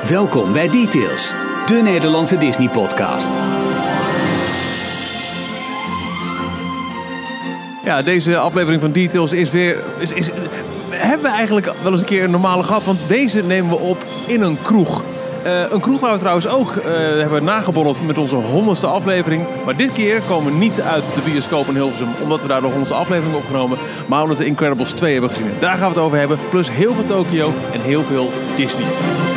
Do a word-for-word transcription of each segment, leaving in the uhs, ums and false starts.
Welkom bij Details, de Nederlandse Disney-podcast. Ja, deze aflevering van Details is weer... Is, is, hebben we eigenlijk wel eens een keer een normale gehad, want deze nemen we op in een kroeg. Uh, een kroeg waar we trouwens ook uh, hebben nageborreld met onze honderdste aflevering. Maar dit keer komen we niet uit de bioscoop in Hilversum, omdat we daar de honderdste aflevering opgenomen. Maar omdat we Incredibles twee hebben gezien. Daar gaan we het over hebben. Plus heel veel Tokyo en heel veel Disney.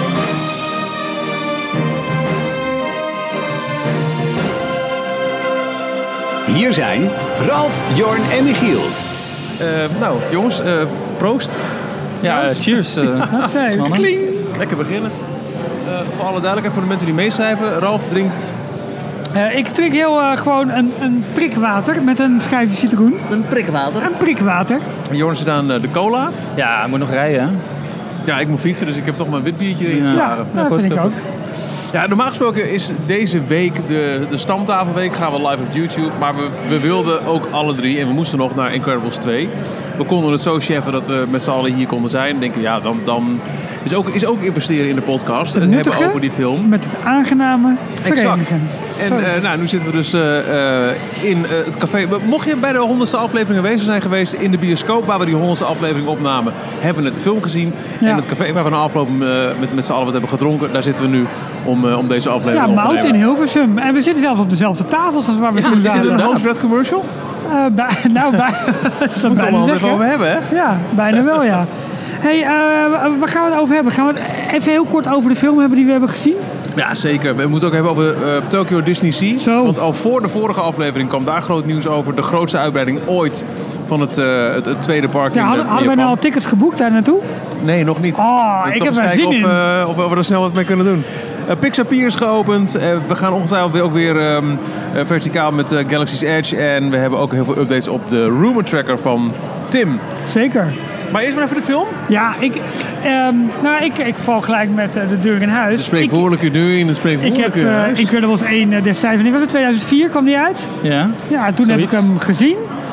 Hier zijn Ralf, Jorn en Michiel. Uh, nou, jongens, uh, proost. Ja, uh, cheers. Uh, Wat zei je? Kling. Lekker beginnen. Uh, voor alle duidelijkheid, voor de mensen die meeschrijven. Ralf drinkt... Uh, ik drink heel uh, gewoon een, een prikwater met een schijfje citroen. Een prikwater? Een prikwater. Jorn zit aan uh, de cola. Ja, ik moet nog rijden, hè? Ja, ik moet fietsen, dus ik heb toch mijn wit biertje in. Ja, ja, dat vind ik ook. Ja, normaal gesproken is deze week de, de stamtafelweek. Gaan we live op YouTube. Maar we, we wilden ook alle drie. En we moesten nog naar Incredibles twee. We konden het zo cheffen dat we met z'n allen hier konden zijn. En denken, ja, dan, dan is, ook, is ook investeren in de podcast. En hebben over die film. Met het aangename verenigen. Exact. En uh, nou, nu zitten we dus uh, uh, in uh, het café. Mocht je bij de honderdste aflevering aanwezig zijn geweest in de bioscoop, waar we die honderdste aflevering opnamen, hebben we net de film gezien. Ja. En het café waar we na afloop uh, met, met z'n allen wat hebben gedronken, daar zitten we nu om, uh, om deze aflevering ja, op te nemen. Ja, Mout in Hilversum. En we zitten zelfs op dezelfde tafels als waar we ja, toen zaten. Is dit een Hoofdred commercial? Uh, bij, nou, bij, dat moeten we allemaal even over hebben, hè? Ja, bijna wel, ja. Hey, uh, waar gaan we het over hebben? Gaan we het even heel kort over de film hebben die we hebben gezien? Ja, zeker. We moeten ook hebben over uh, Tokyo Disney Sea. Zo. Want al voor de vorige aflevering kwam daar groot nieuws over. De grootste uitbreiding ooit van het, uh, het, het tweede park ja, in hadden, hadden wij nou al tickets geboekt daar naartoe? Nee, nog niet. Oh, ik heb er zin of, in. Uh, of, of we er snel wat mee kunnen doen. Uh, Pixar Pier is geopend. Uh, we gaan ongetwijfeld ook weer um, uh, verticaal met uh, Galaxy's Edge. En we hebben ook heel veel updates op de Rumor Tracker van Tim. Zeker. Maar eerst maar even de film. Ja, ik, um, nou, ik, ik val gelijk met uh, de deur in huis. De spreekwoordelijke deur in de spreekwoordelijke Ik heb huis. uh, Incredibles één uh, destijds, wanneer was het? tweeduizend vier kwam die uit. Ja. Ja, toen Zoiets. heb ik hem gezien.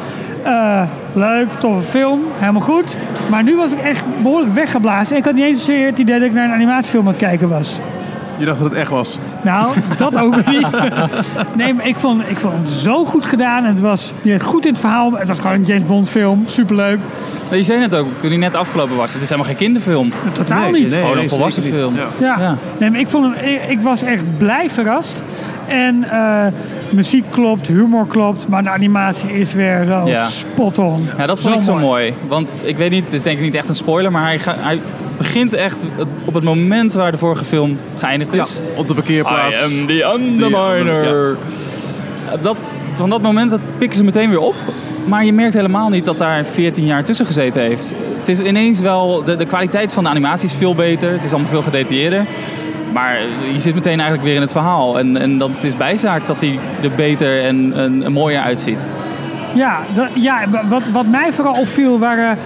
Uh, leuk, toffe film, helemaal goed. Maar nu was ik echt behoorlijk weggeblazen. Ik had niet eens zozeer het idee dat ik naar een animatiefilm aan het kijken was. Je dacht dat het echt was? Nou, dat ook niet. Nee, maar ik vond, ik vond het zo goed gedaan. Het was je goed in het verhaal. Het was gewoon een James Bond film. Superleuk. Maar je zei net ook, toen hij net afgelopen was. Het is helemaal geen kinderfilm. Totaal nee, niet. Het is gewoon nee, een volwassen film. Ja. Ja. Ja. Nee, maar ik, vond hem, ik, ik was echt blij verrast. En uh, muziek klopt, humor klopt. Maar de animatie is weer zo Ja. spot on. Ja, dat vond zo ik zo mooi. mooi. Want ik weet niet, het is denk ik niet echt een spoiler. Maar hij, ga, hij begint echt op het moment waar de vorige film geëindigd is. Ja, op de parkeerplaats. I am the Underminer. Ja. Dat, van dat moment dat pikken ze meteen weer op. Maar je merkt helemaal niet dat daar veertien jaar tussen gezeten heeft. Het is ineens wel... De, de kwaliteit van de animatie is veel beter. Het is allemaal veel gedetailleerder. Maar je zit meteen eigenlijk weer in het verhaal. En, en dat is bijzaak dat hij er beter en, en, en mooier uitziet. Ja, dat, ja wat, wat mij vooral opviel waren...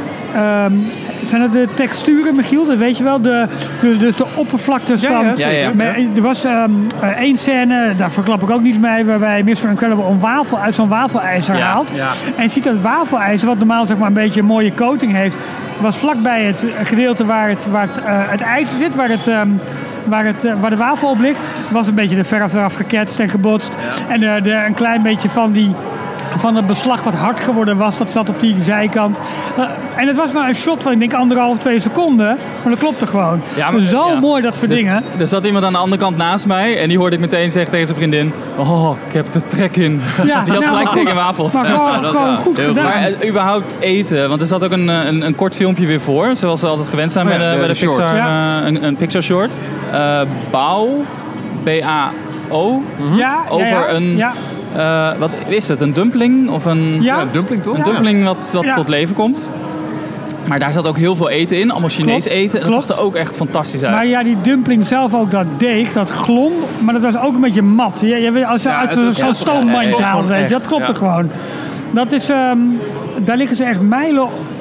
Um, zijn het de texturen, Michiel? Dat weet je wel. De, de, dus de oppervlaktes ja, van... Ja, ja, ja. Maar, er was um, één scène, daar verklap ik ook niets mee... waarbij mister Incredible een wafel uit zo'n wafelijzer Ja, haalt. ja. En je ziet dat het wafelijzer, wat normaal zeg maar, een beetje een mooie coating heeft... was vlakbij het gedeelte waar het, waar het, uh, het ijzer zit, waar het... Um, Waar, het, waar de wafel op ligt, was een beetje de verf eraf geketst en gebotst. Ja. En de, de, een klein beetje van, die, van het beslag wat hard geworden was, dat zat op die zijkant. Uh, en het was maar een shot van, ik denk, anderhalf, twee seconden. Maar dat klopte gewoon. Ja, maar, zo ja. mooi, dat soort dus, dingen. Er zat iemand aan de andere kant naast mij en die hoorde ik meteen zeggen tegen zijn vriendin... Oh, ik heb er trek in. Ja, die had nou, gelijk tegen wafels. Maar gewoon, ja, gewoon ja. goed gedaan. Maar uh, überhaupt eten, want er zat ook een, een, een kort filmpje weer voor. Zoals we altijd gewend zijn oh, ja, bij de, de, bij de, de Pixar, ja. uh, een, een Pixar short. Uh, Bao, B A O, mm-hmm. ja, over ja, ja. een... Ja. Uh, wat is het? Een dumpling? Of een, ja. ja, een dumpling toch? Een dumpling wat, wat ja. tot leven komt. Maar daar zat ook heel veel eten in. Allemaal Chinees Klopt, eten. En dat klopt. zag er ook echt fantastisch uit. Maar ja, die dumpling zelf ook, dat deeg, dat glom. Maar dat was ook een beetje mat. Je, je, als je ja, uit zo'n zo stoommandje haalt, weet je. Dat klopt ja. er gewoon. Dat is, um, daar liggen ze echt mijlen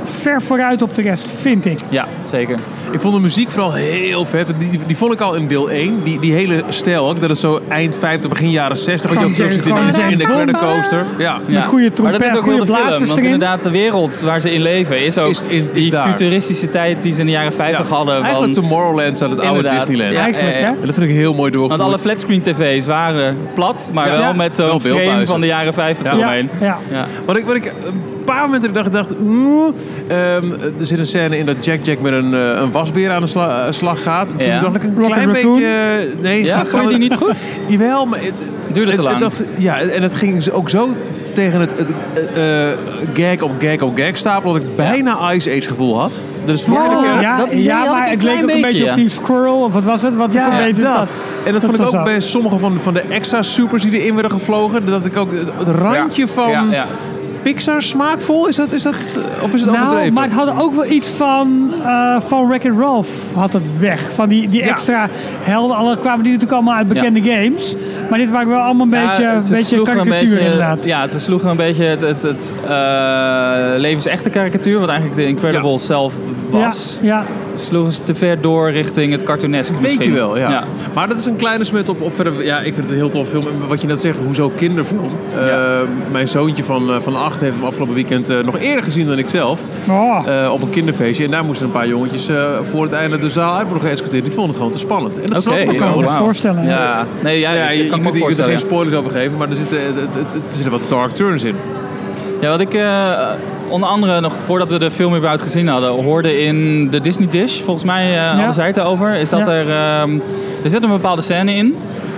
ver vooruit op de rest, vind ik. Ja, zeker. Ik vond de muziek vooral heel vet. Die, die, die vond ik al in deel één. Die, die hele stijl ook. Dat het zo eind vijftig, begin jaren zestig. Wat je ook terug ziet in, in, in de Credicoaster. Ja. Met goede trompet, maar dat is ook goede wel de film. blazers Want erin. inderdaad, de wereld waar ze in leven is ook Is in- is die daar. futuristische tijd die ze in de jaren vijftig Ja. hadden. Eigenlijk van, Tomorrowland staat het oude Inderdaad. Disneyland. Ja, Eigenlijk, ja, ja. hè? En dat vind ik heel mooi doorgevoerd. Want alle flatscreen tv's waren plat, maar Ja. wel Ja. met Wel zo'n frame beeldbuizen. van de jaren vijftig Ja. eromheen. Ja, ja. Ja. Wat ik, wat ik een paar momenten dacht, dacht oeh, ehm, er zit een scène in dat Jack Jack met een, eh, een wasbeer aan de sla- eh, slag gaat. Toen Ja. dacht ik een Rocket klein Raccoon? beetje... Nee, Ja, gaan vond je we- die niet goed? Jawel, maar... Het, Duurde te het- lang. het- ja, en het ging zo- ook zo tegen het, het eh, eh, gag op gag op gag stapel dat ik bijna Ice Age gevoel had. Dus Oh, ja, ja, dat idee ja, had ik maar een het klein leek ook een beetje beetje, op ja. die Squirrel, of wat was het? Wat Ja, voor beter is dat. dat? En dat, Dat vond ik was ook zo. bij sommige van, van de extra supers die erin werden gevlogen. Dat ik ook het, het randje van Ja, ja. Pixar smaakvol. Is dat, is dat, of is het Nou, overdreven? maar het had ook wel iets van, uh, van Wreck-It Ralph had het weg. Van die, die Ja. extra helden. Alle kwamen die natuurlijk allemaal uit bekende games. Maar dit waren wel allemaal een beetje, Ja, een ze beetje sloegen karikatuur beetje- inderdaad. Ja, ze sloegen een beetje het, het, het uh, levensechte karikatuur, wat eigenlijk de Incredibles zelf was. Ja, ja. Sloegen ze te ver door richting het cartoonesk Weet misschien. je wel, ja. ja. Maar dat is een kleine smet op, op verder. Ja, ik vind het een heel tof film. En wat je net zegt, hoezo kinderfilm. Ja. Uh, mijn zoontje van, uh, van acht heeft hem afgelopen weekend uh, nog eerder gezien dan ik zelf. Oh. Uh, op een kinderfeestje. En daar moesten een paar jongetjes uh, voor het einde de zaal uit worden geëscorteerd. Die vonden het gewoon te spannend. En dat Oké, snap ik ook kan wel. me wauw. voorstellen. Ja, nee, ja, Ja, ik je, je, kan me kunt, je kunt er voorstellen. geen spoilers over geven, maar er zitten, het, het, het, er zitten wat dark turns in. Ja, wat ik uh, onder andere nog voordat we de film überhaupt gezien hadden, hoorde in de Disney Dish, volgens mij uh, hadden zij het erover, is dat Ja. er, um, er zit een bepaalde scène in.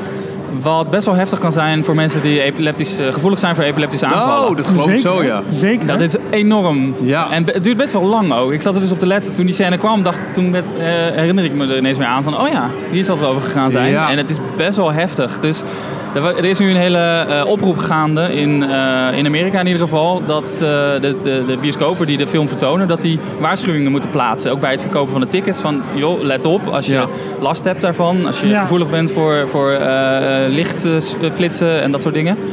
Wat best wel heftig kan zijn voor mensen die epileptisch, uh, gevoelig zijn voor epileptische aanvallen. Oh, dat geloof ik Zeker, zo, ja. Zeker. Dat is enorm. Ja. En be- het duurt best wel lang ook. Ik zat er dus op te letten toen die scène kwam. Dacht, toen werd, eh, herinner ik me er ineens weer aan van... Oh ja, hier zal het wel over gegaan zijn. Ja. En het is best wel heftig. Dus er, wa- er is nu een hele uh, oproep gaande in, uh, in Amerika in ieder geval. Dat uh, de, de, de bioscopen die de film vertonen... dat die waarschuwingen moeten plaatsen. Ook bij het verkopen van de tickets. Van joh, let op. Als je Ja. last hebt daarvan. Als je Ja. gevoelig bent voor, voor uh, lichtflitsen en dat soort dingen.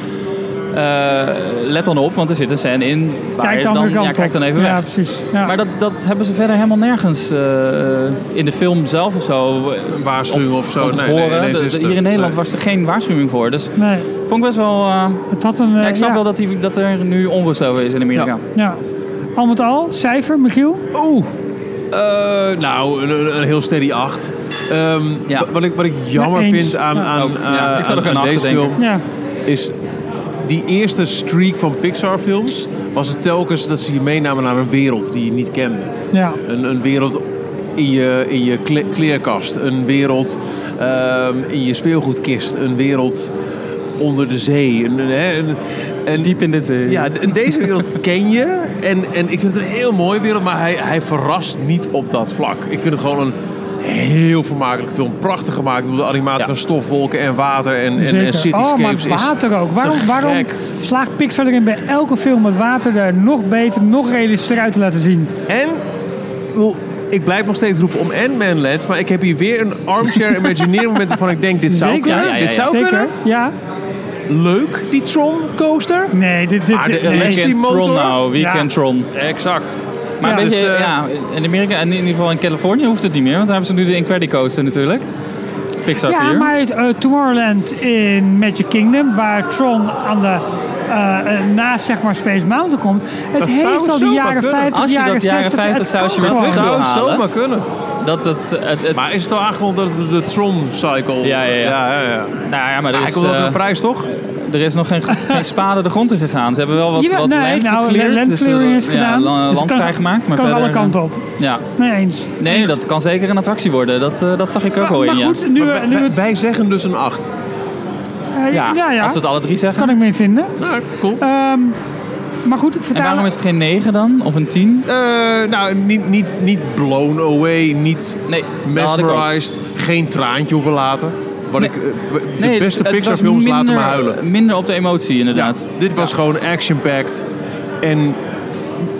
Uh, let dan op, want er zit een scène in waar Kijk je dan, dan, weer kant ja, kijk op. dan even Ja, weg. precies. Ja. Maar dat, dat hebben ze verder helemaal nergens uh, in de film zelf of zo. Waarschuwing of zo. Van Nee, tevoren. nee, nee, De- is de- het, hier in Nederland nee. was er geen waarschuwing voor. Dus nee, vond ik best wel... Uh, het had een... uh, ja, ik snap ja. wel dat, die, dat er nu onrust over is in Amerika. Ja. Ja. Al met al, cijfer, Michiel? Oeh. Uh, nou, een, een- een heel steady acht. Um, Ja. wat, ik, wat ik jammer Eens. vind aan, Ja. aan, Ook, ja. uh, Ik zat aan- ook aan aan acht deze te denken. film Ja. is die eerste streak van Pixar films was het telkens dat ze je meenamen naar een wereld die je niet kende. Ja. Een, een wereld in je, in je kle- kleerkast, een wereld um, in je speelgoedkist, een wereld onder de zee. Een, een, hè, een, en Diep in dit... Uh, ja, en deze wereld ken je. En, en ik vind het een heel mooie wereld, maar hij, hij verrast niet op dat vlak. Ik vind het gewoon een heel vermakelijke film. Prachtig gemaakt. Ik bedoel, de animatie Ja. van stofwolken en water en, en, Zeker. en cityscapes oh, maar water ook. Waarom, te waarom gek. slaagt Pixar erin bij elke film het water er nog beter, nog realistischer uit te laten zien? En, ik bedoel, ik blijf nog steeds roepen om Ant-Man Lands, maar ik heb hier weer een armchair imagineer moment waarvan ik denk, dit zou Zeker. kunnen. Ja, ja, ja, Dit ja. zou Zeker. kunnen. Ja. Leuk, die Tron coaster. Nee, dit... dit, Ah, de dit- Wie nee. elektrische- die kent motor? Tron nou? Wie Ja. kent Tron? Exact. Maar Ja, weet dus, je, uh, ja, in Amerika en in ieder geval in Californië hoeft het niet meer. Want daar hebben ze nu de Incredicoaster natuurlijk. Pixar Ja, Pier. maar het, uh, Tomorrowland in Magic Kingdom, waar Tron aan de, uh, uh, naast zeg maar Space Mountain komt, het Dat zou heeft al die zomaar jaren kunnen. vijftig, Als je jaren dat jaren zestig, vijftig het sausje kan weer gewoon. terug wil zou halen. zomaar kunnen. Dat het, het, het, Maar is het al aangekondigd dat de, de Tron-cycle... Ja, ja, ja. ja, ja, ja. nou ja, maar er Ah, hij is, komt ook eh, een prijs, toch? er is nog geen, geen spade de grond in gegaan. Ze hebben wel wat, Jawel, wat nee, land nou, gecleared, land dus, eh, clearing is gedaan. Ja, la- Dus het land kan- vrijgemaakt. Maar kan verder, alle kanten op. Ja. Nee eens. Nee, dat kan zeker een attractie worden. Dat, uh, dat zag ik ook Maar, wel maar in, goed, nu, Maar nu wij, het, wij zeggen dus een acht. uh, ja. ja, ja, Als we het alle drie zeggen. kan ik mee vinden. Nou, cool. Ehm, maar goed, En vertel. waarom is het geen negen dan? Of een tien? Uh, nou, niet, niet, niet blown away, niet Nee, dat had ik ook. mesmerized, geen traantje hoeven laten. Wat Nee. ik, uh, de Nee, het- beste het Pixar was films laten me minder- huilen. Minder op de emotie inderdaad. Dit was gewoon action-packed. En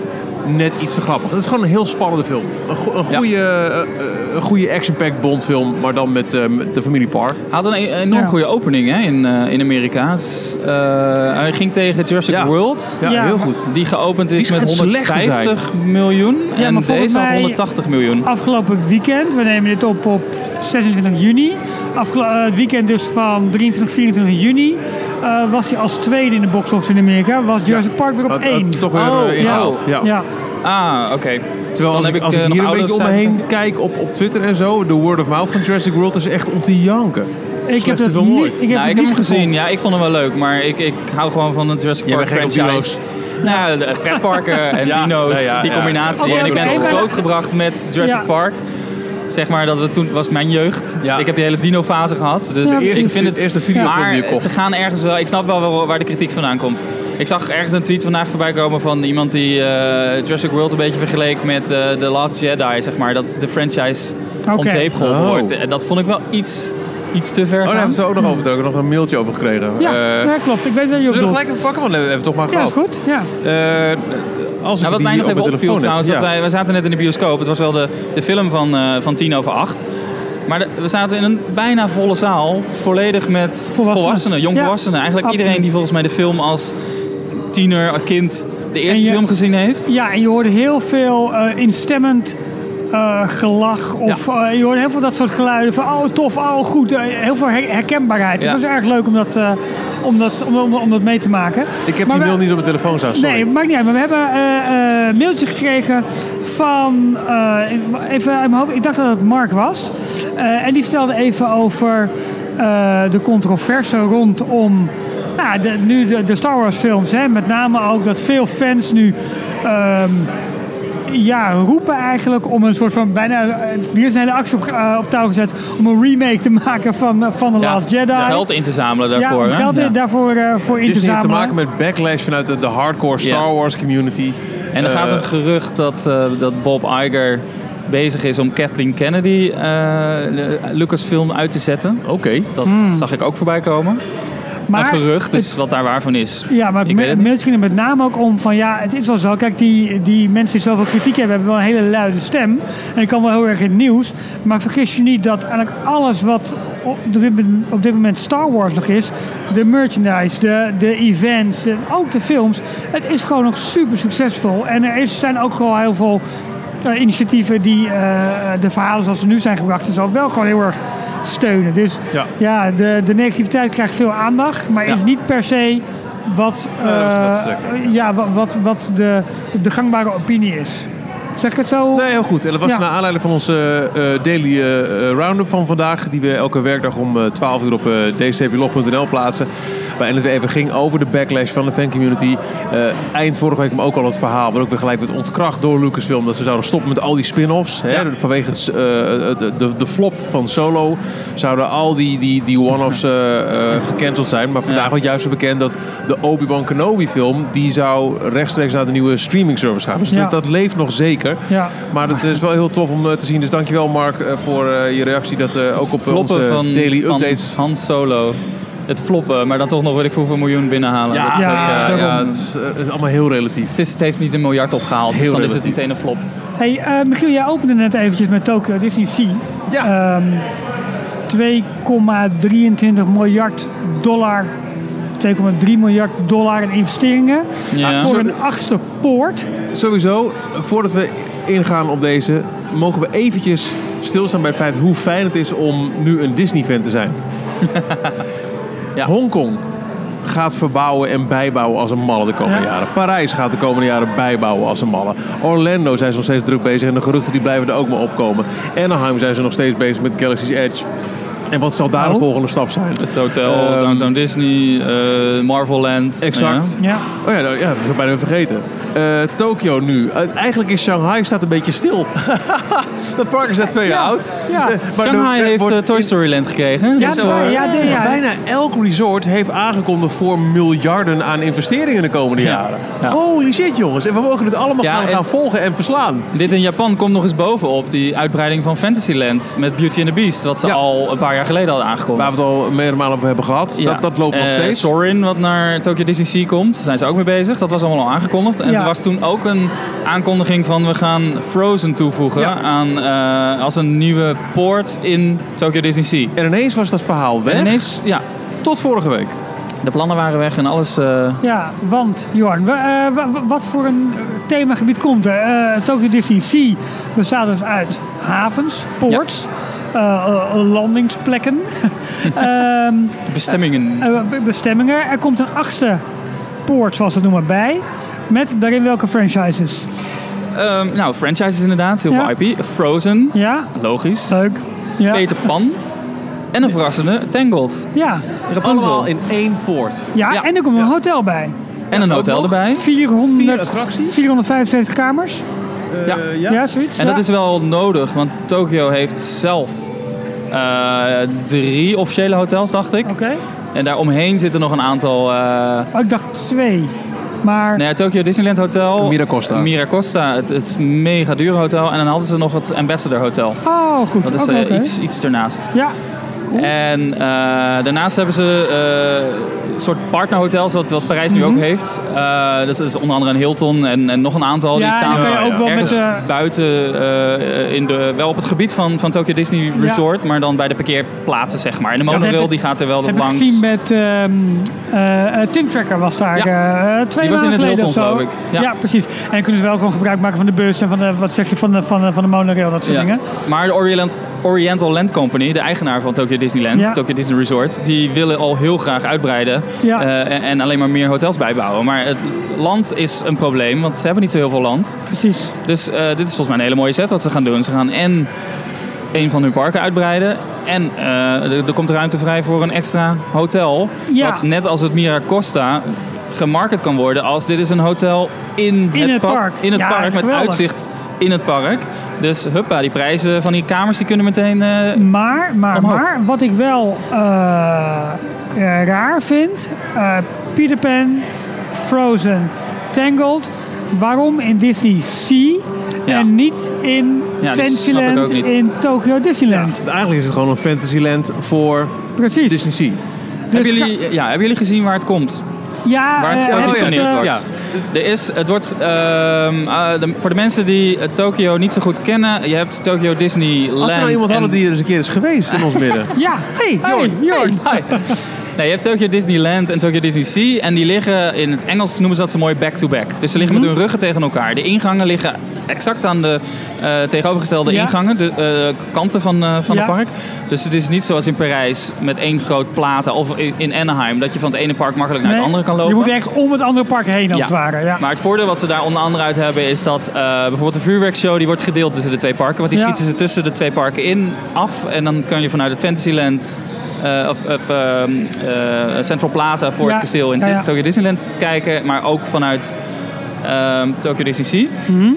net iets te grappig. Het is gewoon een heel spannende film. Een, go- een goede, ja. uh, een goede action-packed Bond-film, maar dan met, uh, met de familie Parr. Hij had een e- enorm Ja. goede opening hè, in, uh, in Amerika. Dus, uh, hij ging tegen Jurassic Ja. World. Ja, Ja, heel maar- goed. Die geopend is Die met schijnt slecht te zijn. honderdvijftig miljoen. Ja, en maar volgens deze had mij- honderdtachtig miljoen. Afgelopen weekend, we nemen dit op op zesentwintig juni. Afgelo- uh, het weekend dus van drieëntwintig, vierentwintig juni uh, was hij als tweede in de box-office in Amerika. Was Jurassic Park weer op Had- één. had toch weer Oh, uh, ingehaald. Ja. Ja. Ah, oké. Terwijl als Dan ik, heb als ik, ik eh, hier nog een beetje om me oudere heen cijfers. kijk op, op Twitter en zo, de word of mouth van Jurassic World is echt om te janken. Ik heb Slechtste dat film niet, ooit. ik heb Nou, het ik heb niet hem gezien. gevonden. Ja, ik vond hem wel leuk. Maar ik, ik hou gewoon van het Jurassic Jij Park bent gek op franchise. Nou, de pretparken en Ja, dino's, ja, ja, die ja. combinatie. Oké, en ik oké, ben ook maar- grootgebracht met Jurassic Ja. Park. Zeg maar, dat we toen was mijn jeugd. Ja. Ik heb die hele dino-fase gehad. Dus Ja, ik eerste, vind het... eerste video maar die je kocht. ze gaan ergens wel... Ik snap wel waar, waar de kritiek vandaan komt. Ik zag ergens een tweet vandaag voorbij komen van iemand die uh, Jurassic World een beetje vergeleek met uh, The Last Jedi, zeg maar. Dat de franchise om Oké. zeep geholpen Oh. wordt. En dat vond ik wel iets, iets te ver Oh, daar gaan. hebben ze ook nog over. Daar heb ik nog een mailtje over gekregen. Ja, Eh, ja, klopt. Ik weet wel je op zullen we doel. gelijk even pakken? Want we hebben het toch maar Ja, is gehad. goed. Ja. Eh, als Nou, ik wat mij die nog op even mijn opviel telefoon trouwens, heb. dat Ja. wij, wij zaten net in de bioscoop. Het was wel de, de film van, uh, van tien over acht. Maar de- we zaten in een bijna volle zaal, volledig met Volwassenen. volwassenen, jongvolwassenen. Eigenlijk absoluut. iedereen die volgens mij de film als tiener, als kind, de eerste En je- film gezien heeft. Ja, en je hoorde heel veel uh, instemmend uh, gelach. Of uh, je hoorde heel veel dat soort geluiden van oh tof, oh goed. Uh, heel veel her- herkenbaarheid. Ja. Het was erg leuk om dat, uh, om dat, om, om, om dat mee te maken. Ik heb Maar die we- mail niet op mijn telefoon staan, sorry. Nee, maakt niet uit. Maar we hebben uh, uh, een mailtje gekregen van, uh, even uit mijn hoofd, ik dacht dat het Mark was. Uh, en die vertelde even over uh, de controverse rondom nou, de, nu de, de Star Wars films. Hè. Met name ook dat veel fans nu um, ja, roepen eigenlijk om een soort van bijna, uh, hier is een hele actie op, uh, op touw gezet om een remake te maken van, uh, van The Ja, Last Jedi. Geld in te zamelen ja, daarvoor. om hè? geld Ja. daarvoor uh, voor in te Disney heeft te zamelen. maken met backlash vanuit de, de hardcore Star Ja. Wars community. En er Eh, gaat een gerucht dat, uh, dat Bob Iger bezig is om Kathleen Kennedy uh, de Lucasfilm uit te zetten. Oké. Dat zag ik ook voorbij komen. Maar een gerucht, dus het- wat daar waar van is. Ja, maar Ik weet het het niet. mailtje ging er met name ook om van ja, het is wel zo. Kijk, die, die mensen die zoveel kritiek hebben, hebben wel een hele luide stem. En ik kan wel heel erg in het nieuws. Maar vergis je niet dat eigenlijk alles wat op dit, op dit moment Star Wars nog is, de merchandise, de, de events, de, ook de films, het is gewoon nog super succesvol. En er is, zijn ook gewoon heel veel uh, initiatieven die uh, de verhalen zoals ze nu zijn gebracht en zo wel gewoon heel erg steunen. Dus Ja. ja, de, de negativiteit krijgt veel aandacht, maar Ja. is niet per se wat, Ja, dat is- uh, dat is zeker. ja, wat, wat, wat de, de gangbare opinie is. Zeg ik het zo? Nee, heel goed. En dat was Ja. naar aanleiding van onze uh, daily uh, roundup van vandaag. Die we elke werkdag om uh, twaalf uur op uh, d c p log punt n l plaatsen. Waarin het weer even ging over de backlash van de fancommunity. Uh, eind vorige week hem ook al het verhaal. Wat ook weer gelijk werd ontkracht door Lucasfilm. Dat ze zouden stoppen met al die spin-offs. Hè? Ja. Vanwege het, uh, de, de, de flop van Solo. Zouden al die, die, die one-offs uh, uh, gecanceld zijn. Maar vandaag Ja. werd juist bekend dat de Obi-Wan Kenobi film. Die zou rechtstreeks naar de nieuwe streaming service gaan. Dus Ja. dat, dat leeft nog zeker. Ja. Maar het is wel heel tof om uh, te zien. Dus dankjewel Mark uh, voor uh, je reactie. Dat uh, ook op uh, Floppen onze van, daily van updates. Han Solo. Het floppen, maar dan toch nog weet ik hoeveel miljoen binnenhalen. Ja, Dat is ja, ook, uh, ja, daarom. ja, het is uh, allemaal heel relatief. Het, is, het heeft niet een miljard opgehaald, dus Heel dan is het relatief. meteen een flop. Hey, uh, Michiel, jij opende net eventjes met Tokyo Disney Sea. Ja. Um, twee komma drieëntwintig miljard dollar, twee komma drie miljard dollar in investeringen Ja. voor Zo- een achtste poort. Sowieso, voordat we ingaan op deze, mogen we eventjes stilstaan bij het feit hoe fijn het is om nu een Disney-fan te zijn. Ja. Hongkong gaat verbouwen en bijbouwen als een malle de komende Ja. jaren. Parijs gaat de komende jaren bijbouwen als een malle. Orlando zijn ze nog steeds druk bezig en de geruchten die blijven er ook maar opkomen. Anaheim zijn ze nog steeds bezig met Galaxy's Edge. En wat zal daar de Oh. volgende stap zijn? Het hotel, Ehm, Downtown Disney, uh, Marvel Land. Exact. Ja. Ja. Oh ja, nou, ja, dat is bijna vergeten. Uh, Tokio nu. Uh, eigenlijk is Shanghai staat een beetje stil. Dat park is net twee jaar oud. Ja. Maar Shanghai er heeft wordt uh, Toy Story Land gekregen. Ja, Dus, dat uh, waar, ja, nee, ja. Bijna elk resort heeft aangekondigd voor miljarden aan investeringen de komende Ja. jaren. Ja. Holy shit jongens. En we mogen het allemaal Ja, gaan, en- gaan volgen en verslaan. Dit in Japan komt nog eens bovenop die uitbreiding van Fantasyland met Beauty and the Beast. Wat ze Ja. al een paar jaar geleden hadden aangekondigd. Waar we het al meerdere malen over hebben gehad. Ja. Dat, dat loopt nog Eh, steeds. Soarin, wat naar Tokyo Disney Sea komt, daar zijn ze ook mee bezig. Dat was allemaal al aangekondigd. En Ja, er was toen ook een aankondiging van we gaan Frozen toevoegen Ja. aan, uh, als een nieuwe poort in Tokyo Disney Sea. En ineens was dat verhaal weg. En ineens, ja, Tot vorige week. de plannen waren weg en alles... Uh, Ja, want Johan, wa- uh, wa- wa- wat voor een themagebied komt er? Uh, Tokyo Disney Sea bestaat dus uit havens, ports, uh, uh, landingsplekken, um, bestemmingen. uh, be- bestemmingen. Er komt een achtste poort, zoals ze het noemen, bij. Met daarin welke franchises? Um, nou, franchises inderdaad, heel Ja. veel I P. Frozen, Ja, logisch. leuk. Ja, Peter Pan. En een verrassende Tangled. ja. Allemaal Rapunzel. in één poort. ja. Ja. en er komt een Ja. hotel bij. En een ook hotel nog. erbij. vierhonderd, Vier attracties? vierhonderdvijfenzeventig kamers. Uh, Ja. ja. Ja, zoiets. En dat ja. is wel nodig, want Tokyo heeft zelf uh, drie officiële hotels, dacht ik. Oké. En daaromheen zitten nog een aantal... Uh, Oh, ik dacht twee. Maar nou ja, Tokyo Disneyland Hotel. Miracosta. Miracosta, het, het mega dure hotel. En dan hadden ze nog het Ambassador Hotel. oh, goed. Dat is Oké, uh, oké. iets, iets ernaast. Ja, En uh, daarnaast hebben ze uh, een soort partnerhotels, wat, wat Parijs nu Mhm. ook heeft. Uh, dus dat is onder andere een Hilton en, en nog een aantal. Ja, die staan en dan kan je ook wel ergens met, uh, buiten, uh, in de, wel op het gebied van, van Tokyo Disney Resort, maar dan bij de parkeerplaatsen, zeg maar. En de dat monorail heb die gaat er wel heb ik langs. gezien met ehm uh, uh, Tim Tracker was daar Ja. uh, twee Die was in maanden het geleden of Hilton, zo. geloof ik. Ja. Ja. precies. En kunnen ze wel gewoon gebruik maken van de bus en van de, wat zeg je, van de, van de, van de monorail, dat soort Ja. dingen. Maar de Orient, Oriental Land Company, de eigenaar van Tokyo Disneyland, Ja. Tokyo Disney Resort, die willen al heel graag uitbreiden Ja. uh, en, en alleen maar meer hotels bijbouwen. Maar het land is een probleem, want ze hebben niet zo heel veel land. Precies. Dus uh, dit is volgens mij een hele mooie set wat ze gaan doen. Ze gaan en een van hun parken uitbreiden en uh, er, er komt ruimte vrij voor een extra hotel. Ja. Wat net als het Miracosta gemarket kan worden als dit is een hotel in, In het pa- park. In het Ja, park met geweldig. uitzicht in het park. Dus huppa, die prijzen van die kamers die kunnen meteen... uh, Maar, maar, Omhoog. maar, wat ik wel uh, uh, raar vind, uh, Peter Pan, Frozen, Tangled, waarom in Disney Sea Ja. en niet in Ja, die snap ik Fantasyland ook niet. in Tokyo Disneyland? Eigenlijk is het gewoon een Fantasyland voor Precies. Disney Sea. Dus hebben, jullie, ja, hebben jullie gezien waar het komt? Ja, Waar het eh, heb ik gepositioneerd het, eh, wordt? Er is, het wordt, ehm, uh, de, voor de mensen die uh, Tokyo niet zo goed kennen, je hebt Tokyo Disneyland. Als we nou iemand en- hadden die er eens een keer is geweest in ons midden. Ja, hey, Jorn. Jorn. Hey, hi. Nee, je hebt Tokyo Disneyland en Tokyo Disney Sea. En die liggen, in het Engels noemen ze dat zo mooi back-to-back. Dus ze liggen Mhm. met hun ruggen tegen elkaar. De ingangen liggen exact aan de uh, tegenovergestelde Ja. ingangen. De uh, kanten van, uh, van Ja. het park. Dus het is niet zoals in Parijs met één groot plaza. Of in- in Anaheim. Dat je van het ene park makkelijk naar Nee, het andere kan lopen. Je moet echt om het andere park heen als Ja. het ware. Ja. Maar het voordeel wat ze daar onder andere uit hebben is dat uh, bijvoorbeeld de vuurwerkshow die wordt gedeeld tussen de twee parken. Want die Ja. schieten ze tussen de twee parken in af. En dan kan je vanuit het Fantasyland uh, of, of uh, uh, Central Plaza voor Ja. het kasteel in Ja, ja. Tokyo Disneyland kijken. Maar ook vanuit uh, Tokyo Disney Sea. Mhm.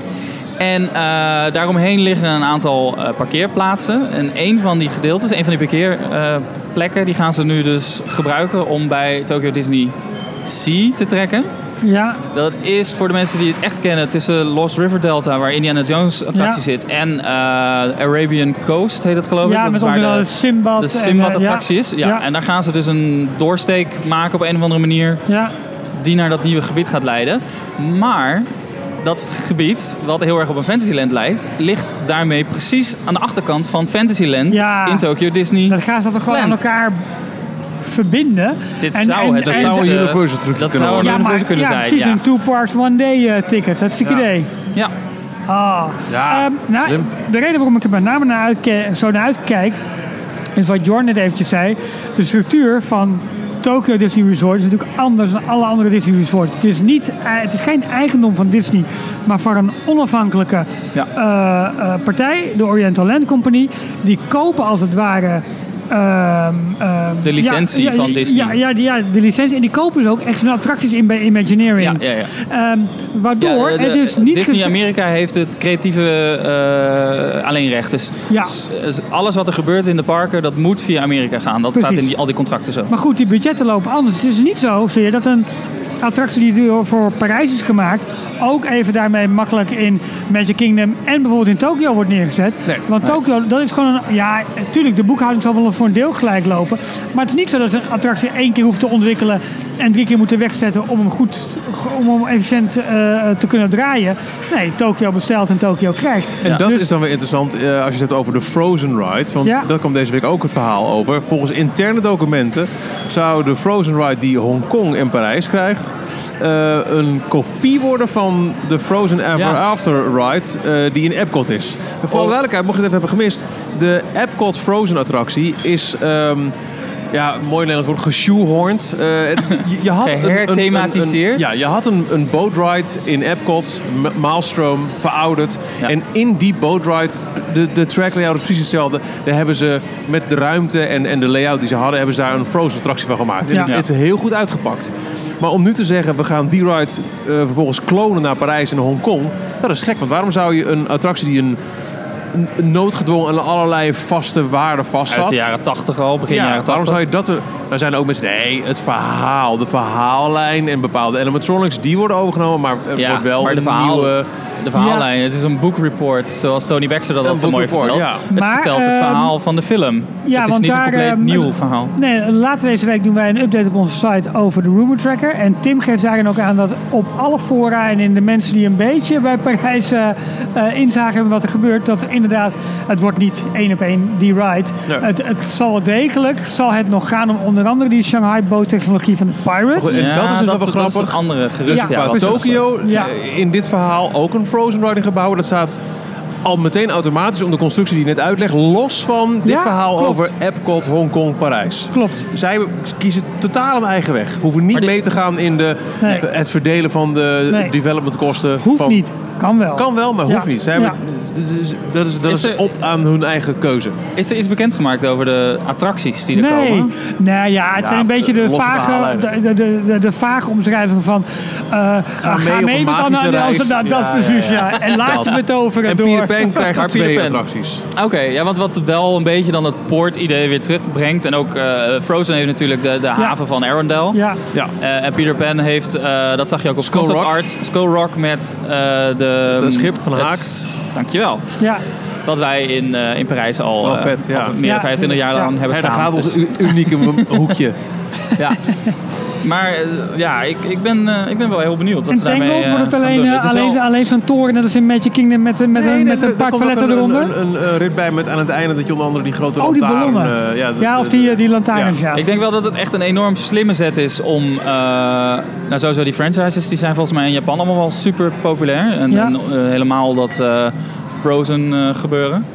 En uh, daaromheen liggen een aantal uh, parkeerplaatsen. En een van die gedeeltes, een van die parkeerplekken, die gaan ze nu dus gebruiken om bij Tokyo Disney Sea te trekken. Ja, Dat is voor de mensen die het echt kennen tussen Lost River Delta, waar Indiana Jones attractie Ja. zit, en uh, Arabian Coast heet het geloof ik. ja Dat met is waar onder de, de Simbad. de en, Simbad eh, ja. attractie is. Ja. Ja. En daar gaan ze dus een doorsteek maken op een of andere manier Ja, die naar dat nieuwe gebied gaat leiden. Maar dat gebied, wat heel erg op een Fantasyland lijkt, ligt daarmee precies aan de achterkant van Fantasyland Ja. in Tokyo Disney. dan gaan ze dat toch gewoon aan Land. elkaar verbinden. Dit En- zou en- het en- eerste- zou een Universal trucje dat kunnen zou een worden. Universal kunnen ja, zijn. precies, Ja. een two parks one day eh, ticket. Hartstikke Ja. idee. Ja. Ah. Ja, Ehm, nou, slim. de reden waarom ik er met name naar uitke- zo naar uitkijk, is wat Jorn net eventjes zei. De structuur van Tokyo Disney Resort is natuurlijk anders dan alle andere Disney Resorts. Het is, niet, eh, het is geen eigendom van Disney, maar van een onafhankelijke Ja. eh, eh, partij, de Oriental Land Company. Die kopen als het ware ehm, ehm, De licentie ja, ja, van Disney. Ja, ja, die- ja, de licentie. En die kopen ze ook echt van attracties in bij Imagineering. Ja, ja, ja. Ehm, waardoor Ja, de- het dus niet Disney gez- Amerika heeft het creatieve uh, alleenrecht. Dus, Ja. dus, dus alles wat er gebeurt in de parken, dat moet via Amerika gaan. Dat Precies. staat in die, al die contracten zo. Maar goed, die budgetten lopen anders. Het is niet zo, zie je, dat een attractie die door- voor Parijs is gemaakt, ook even daarmee makkelijk in Magic Kingdom en bijvoorbeeld in Tokio wordt neergezet. Nee. Want Tokio, dat is gewoon een, ja, natuurlijk, de boekhouding zal wel voor een deel gelijk lopen. Maar het is niet zo dat ze een attractie één keer hoeft te ontwikkelen en drie keer moeten wegzetten om hem goed, om hem efficiënt uh, te kunnen draaien. Nee, Tokyo bestelt en Tokyo krijgt. En Ja. dat Dus- is dan weer interessant uh, als je het hebt over de Frozen Ride. Want Ja. daar kwam deze week ook een verhaal over. Volgens interne documenten zou de Frozen Ride die Hongkong en Parijs krijgt... Uh, een kopie worden van de Frozen Ever Ja. After Ride uh, die in Epcot is. Voor alle Oh. duidelijkheid, mocht je het even hebben gemist... de Epcot Frozen attractie is... Um, ja, mooi Nederlands woord, geshoehorned. Uh, je, je had een- een- een- Geherthematiseerd. een- Ja, je had een, een boatride in Epcot, M- Maelstrom, verouderd. Ja. En in die boatride, de, de track layout is precies hetzelfde. Daar hebben ze met de ruimte en, en de layout die ze hadden, hebben ze daar een Frozen attractie van gemaakt. Ja. En het is heel goed uitgepakt. Maar om nu te zeggen, we gaan die ride uh, vervolgens klonen naar Parijs en Hongkong, dat is gek. Want waarom zou je een attractie die een, een noodgedwongen en allerlei vaste waarden vast Uit had... de jaren tachtig al, begin Ja, jaren waarom tachtig. zou je dat... er- Nou zijn er ook mensen... Nee, het verhaal, de verhaallijn en bepaalde animatronics, die worden overgenomen. Maar er Ja, wordt wel maar de een verhaal- nieuwe... De verhaallijn, het is een boekreport, zoals Tony Baxter dat Een altijd zo mooi boekreport, vertelt. ja. Het Maar, vertelt het ehm, verhaal van de film. Ja, het is want niet daar, een compleet ehm, nieuw verhaal. Nee, later deze week doen wij een update op onze site over de Rumor Tracker. En Tim geeft daarin ook aan dat op alle fora en in de mensen die een beetje bij Parijs uh, uh, inzagen hebben wat er gebeurt, dat inderdaad, het wordt niet één op één die ride. Ja. Het, het zal wel degelijk, zal het nog gaan om onder andere die Shanghai boottechnologie van de Pirates. Goed, en Ja, dat is dus wel dat grappig. is een andere gerucht. Ja, Ja, Maar wat precies. Tokyo, Ja. eh, in dit verhaal ook een Frozen Ride gebouwen. Dat staat al meteen automatisch om de constructie die je net uitlegt. Los van dit Ja, verhaal klopt. over Epcot, Hongkong, Parijs. Klopt. Zij kiezen totaal een eigen weg. Hoeven niet Maar die- mee te gaan in de, Nee. het verdelen van de Nee. developmentkosten. Hoeft van, niet. Kan wel. Kan wel, maar Ja. hoeft niet. Zij hebben, dat is, dat is, dat Is is er- op aan hun eigen keuze. Is er iets bekendgemaakt over de attracties die er Nee, komen? nee ja, het Ja, zijn een beetje de losse vage, verhalen de, de, de, de, de vage omschrijving van uh, ga mee op een mee met magische Anna reis. Nelson, dat, dat Ja, precies, ja, ja. En laat je Dat. betoveren En door. Peter Pan krijgt Maar twee Peter Pan. attracties. Oké, ja, want wat wel een beetje dan het poort-idee weer terugbrengt. En ook eh, Frozen heeft natuurlijk de, de haven van Arendelle. Ja, Ja. Eh, en Peter Pan heeft, eh, dat zag je ook op Skull Concept Rock. Art, Skull Rock met eh, de... Het schip van het- Haak. Dankjewel. ja. Wat wij in, eh, in Parijs al, Wel eh, vet, ja. al meer Ja, dan vijfentwintig jaar lang ja. hebben Hey, daar staan. gaat ons Dus- u- unieke m- hoekje. ja. Maar eh, ja, ik, ik, ben, eh, ik ben wel heel benieuwd wat En ze daarmee Tangled eh, wordt het gaan alleen, doen. eh, Het is alleen, wel- alleen zo'n toren, net als in Magic Kingdom met, een- met, een, met een paar toiletten eronder. Een, een, een, een rit bij met aan het einde dat je onder andere die grote Oh, die lantaarn... ballonnen. eh, ja, de- Ja, of de- die, eh, die lantaarns, ja. Ik denk wel dat het echt een enorm slimme zet is om... eh, nou, sowieso die franchises, die zijn volgens mij in Japan allemaal wel super populair. En, Ja. en, eh, helemaal dat eh, Frozen eh, gebeuren.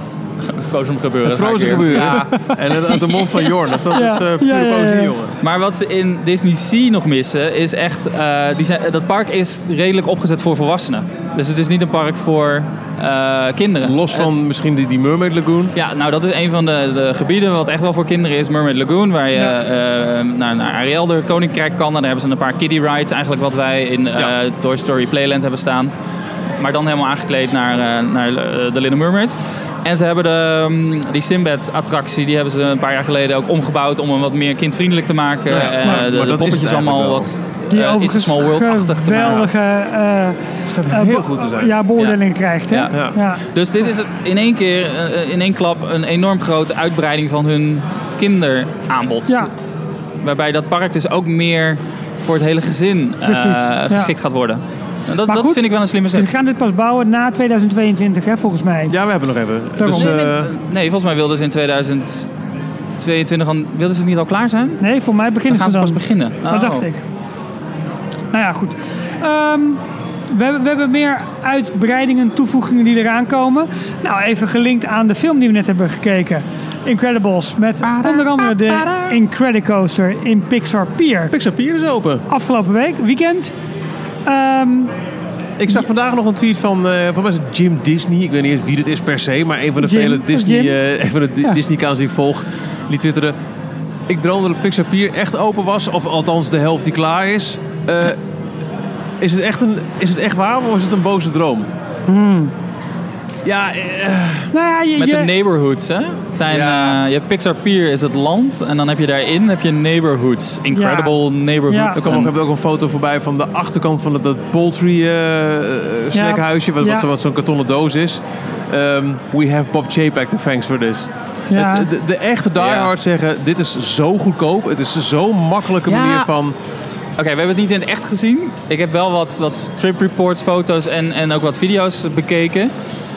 Frozen gebeuren. Het ga ik Frozen weer. gebeuren. Ja. En het uit de mond van Jorn. Dat Ja. is uh, Ja, pure ja, ja, poëzie, ja. jongen. Maar wat ze in Disney Sea nog missen, is echt... eh, die zijn, dat park is redelijk opgezet voor volwassenen. Dus het is niet een park voor eh, kinderen. Los van misschien die, die Mermaid Lagoon. Ja, nou dat is een van de, de gebieden wat echt wel voor kinderen is. Mermaid Lagoon, waar je Ja. eh, naar, naar Ariel, de Koninkrijk kan. En daar hebben ze een paar kiddie rides, eigenlijk wat wij in eh, Ja. Toy Story Playland hebben staan. Maar dan helemaal aangekleed naar, eh, naar eh, de Little Mermaid. En ze hebben de, um, die Sinbad-attractie, die hebben ze een paar jaar geleden ook omgebouwd om hem wat meer kindvriendelijk te maken. Ja, Eh, maar- de, maar de dat is poppetjes het allemaal eigenlijk wat Die uh, It's a overigens Small World-achtig te maken. geweldige eh, Het eh, heel bo- goed te zijn. ja, beoordeling krijgt. Hè? Ja. Ja. Ja. Dus dit is het in één keer, eh, in één klap, een enorm grote uitbreiding van hun kinderaanbod. Ja. Waarbij dat park dus ook meer voor het hele gezin eh, Precies, ja. geschikt gaat worden. En dat Maar dat goed, vind ik wel een slimme Ze zet. gaan dit pas bouwen na tweeduizend tweeëntwintig, hè, volgens mij. Ja, we hebben nog even. Daarom. Dus, Nee, nee, eh, nee, volgens mij wilden ze in tweeduizend tweeëntwintig al, wilden ze niet al klaar zijn? Nee, voor mij Dan beginnen gaan ze ze dan. pas beginnen. Dat Oh. dacht ik. Nou ja, goed. Ehm, we, hebben- we hebben meer uitbreidingen, toevoegingen die eraan komen. Nou, even gelinkt aan de film die we net hebben gekeken. Incredibles. Met onder andere de Incredicoaster in Pixar Pier. Pixar Pier is open. Afgelopen week, weekend. Ehm, Ik zag vandaag nog een tweet van, eh van mij is het Jim Disney. Ik weet niet eens wie dit is per se, maar een van de Jim, vele dat is Disney, Jim. eh, een van de Ja. Disney-accounts die ik volg, die twitterde. Ik droomde dat Pixar Pier echt open was, of althans de helft die klaar is. Eh, is, het echt een, is het echt waar of is het een boze droom? Ja, eh, nou ja, je, Met je- de neighborhoods, hè? Het zijn, Ja. eh, je hebt Pixar Pier is het land en dan heb je daarin heb je neighborhoods. Incredible Ja. neighborhoods. er kwam nog, ook een foto voorbij van de achterkant van het, dat poultry eh eh, snackhuisje, wat, Ja. wat, zo- wat zo'n kartonnen doos is. Ehm, we have Bob Chapek to thanks for this. Ja. Het, de, de echte diehards Ja. zeggen, dit is zo goedkoop. Het is zo'n makkelijke Ja. manier van... Oké, we hebben het niet in het echt gezien. Ik heb wel wat, wat trip reports, foto's en, en ook wat video's bekeken.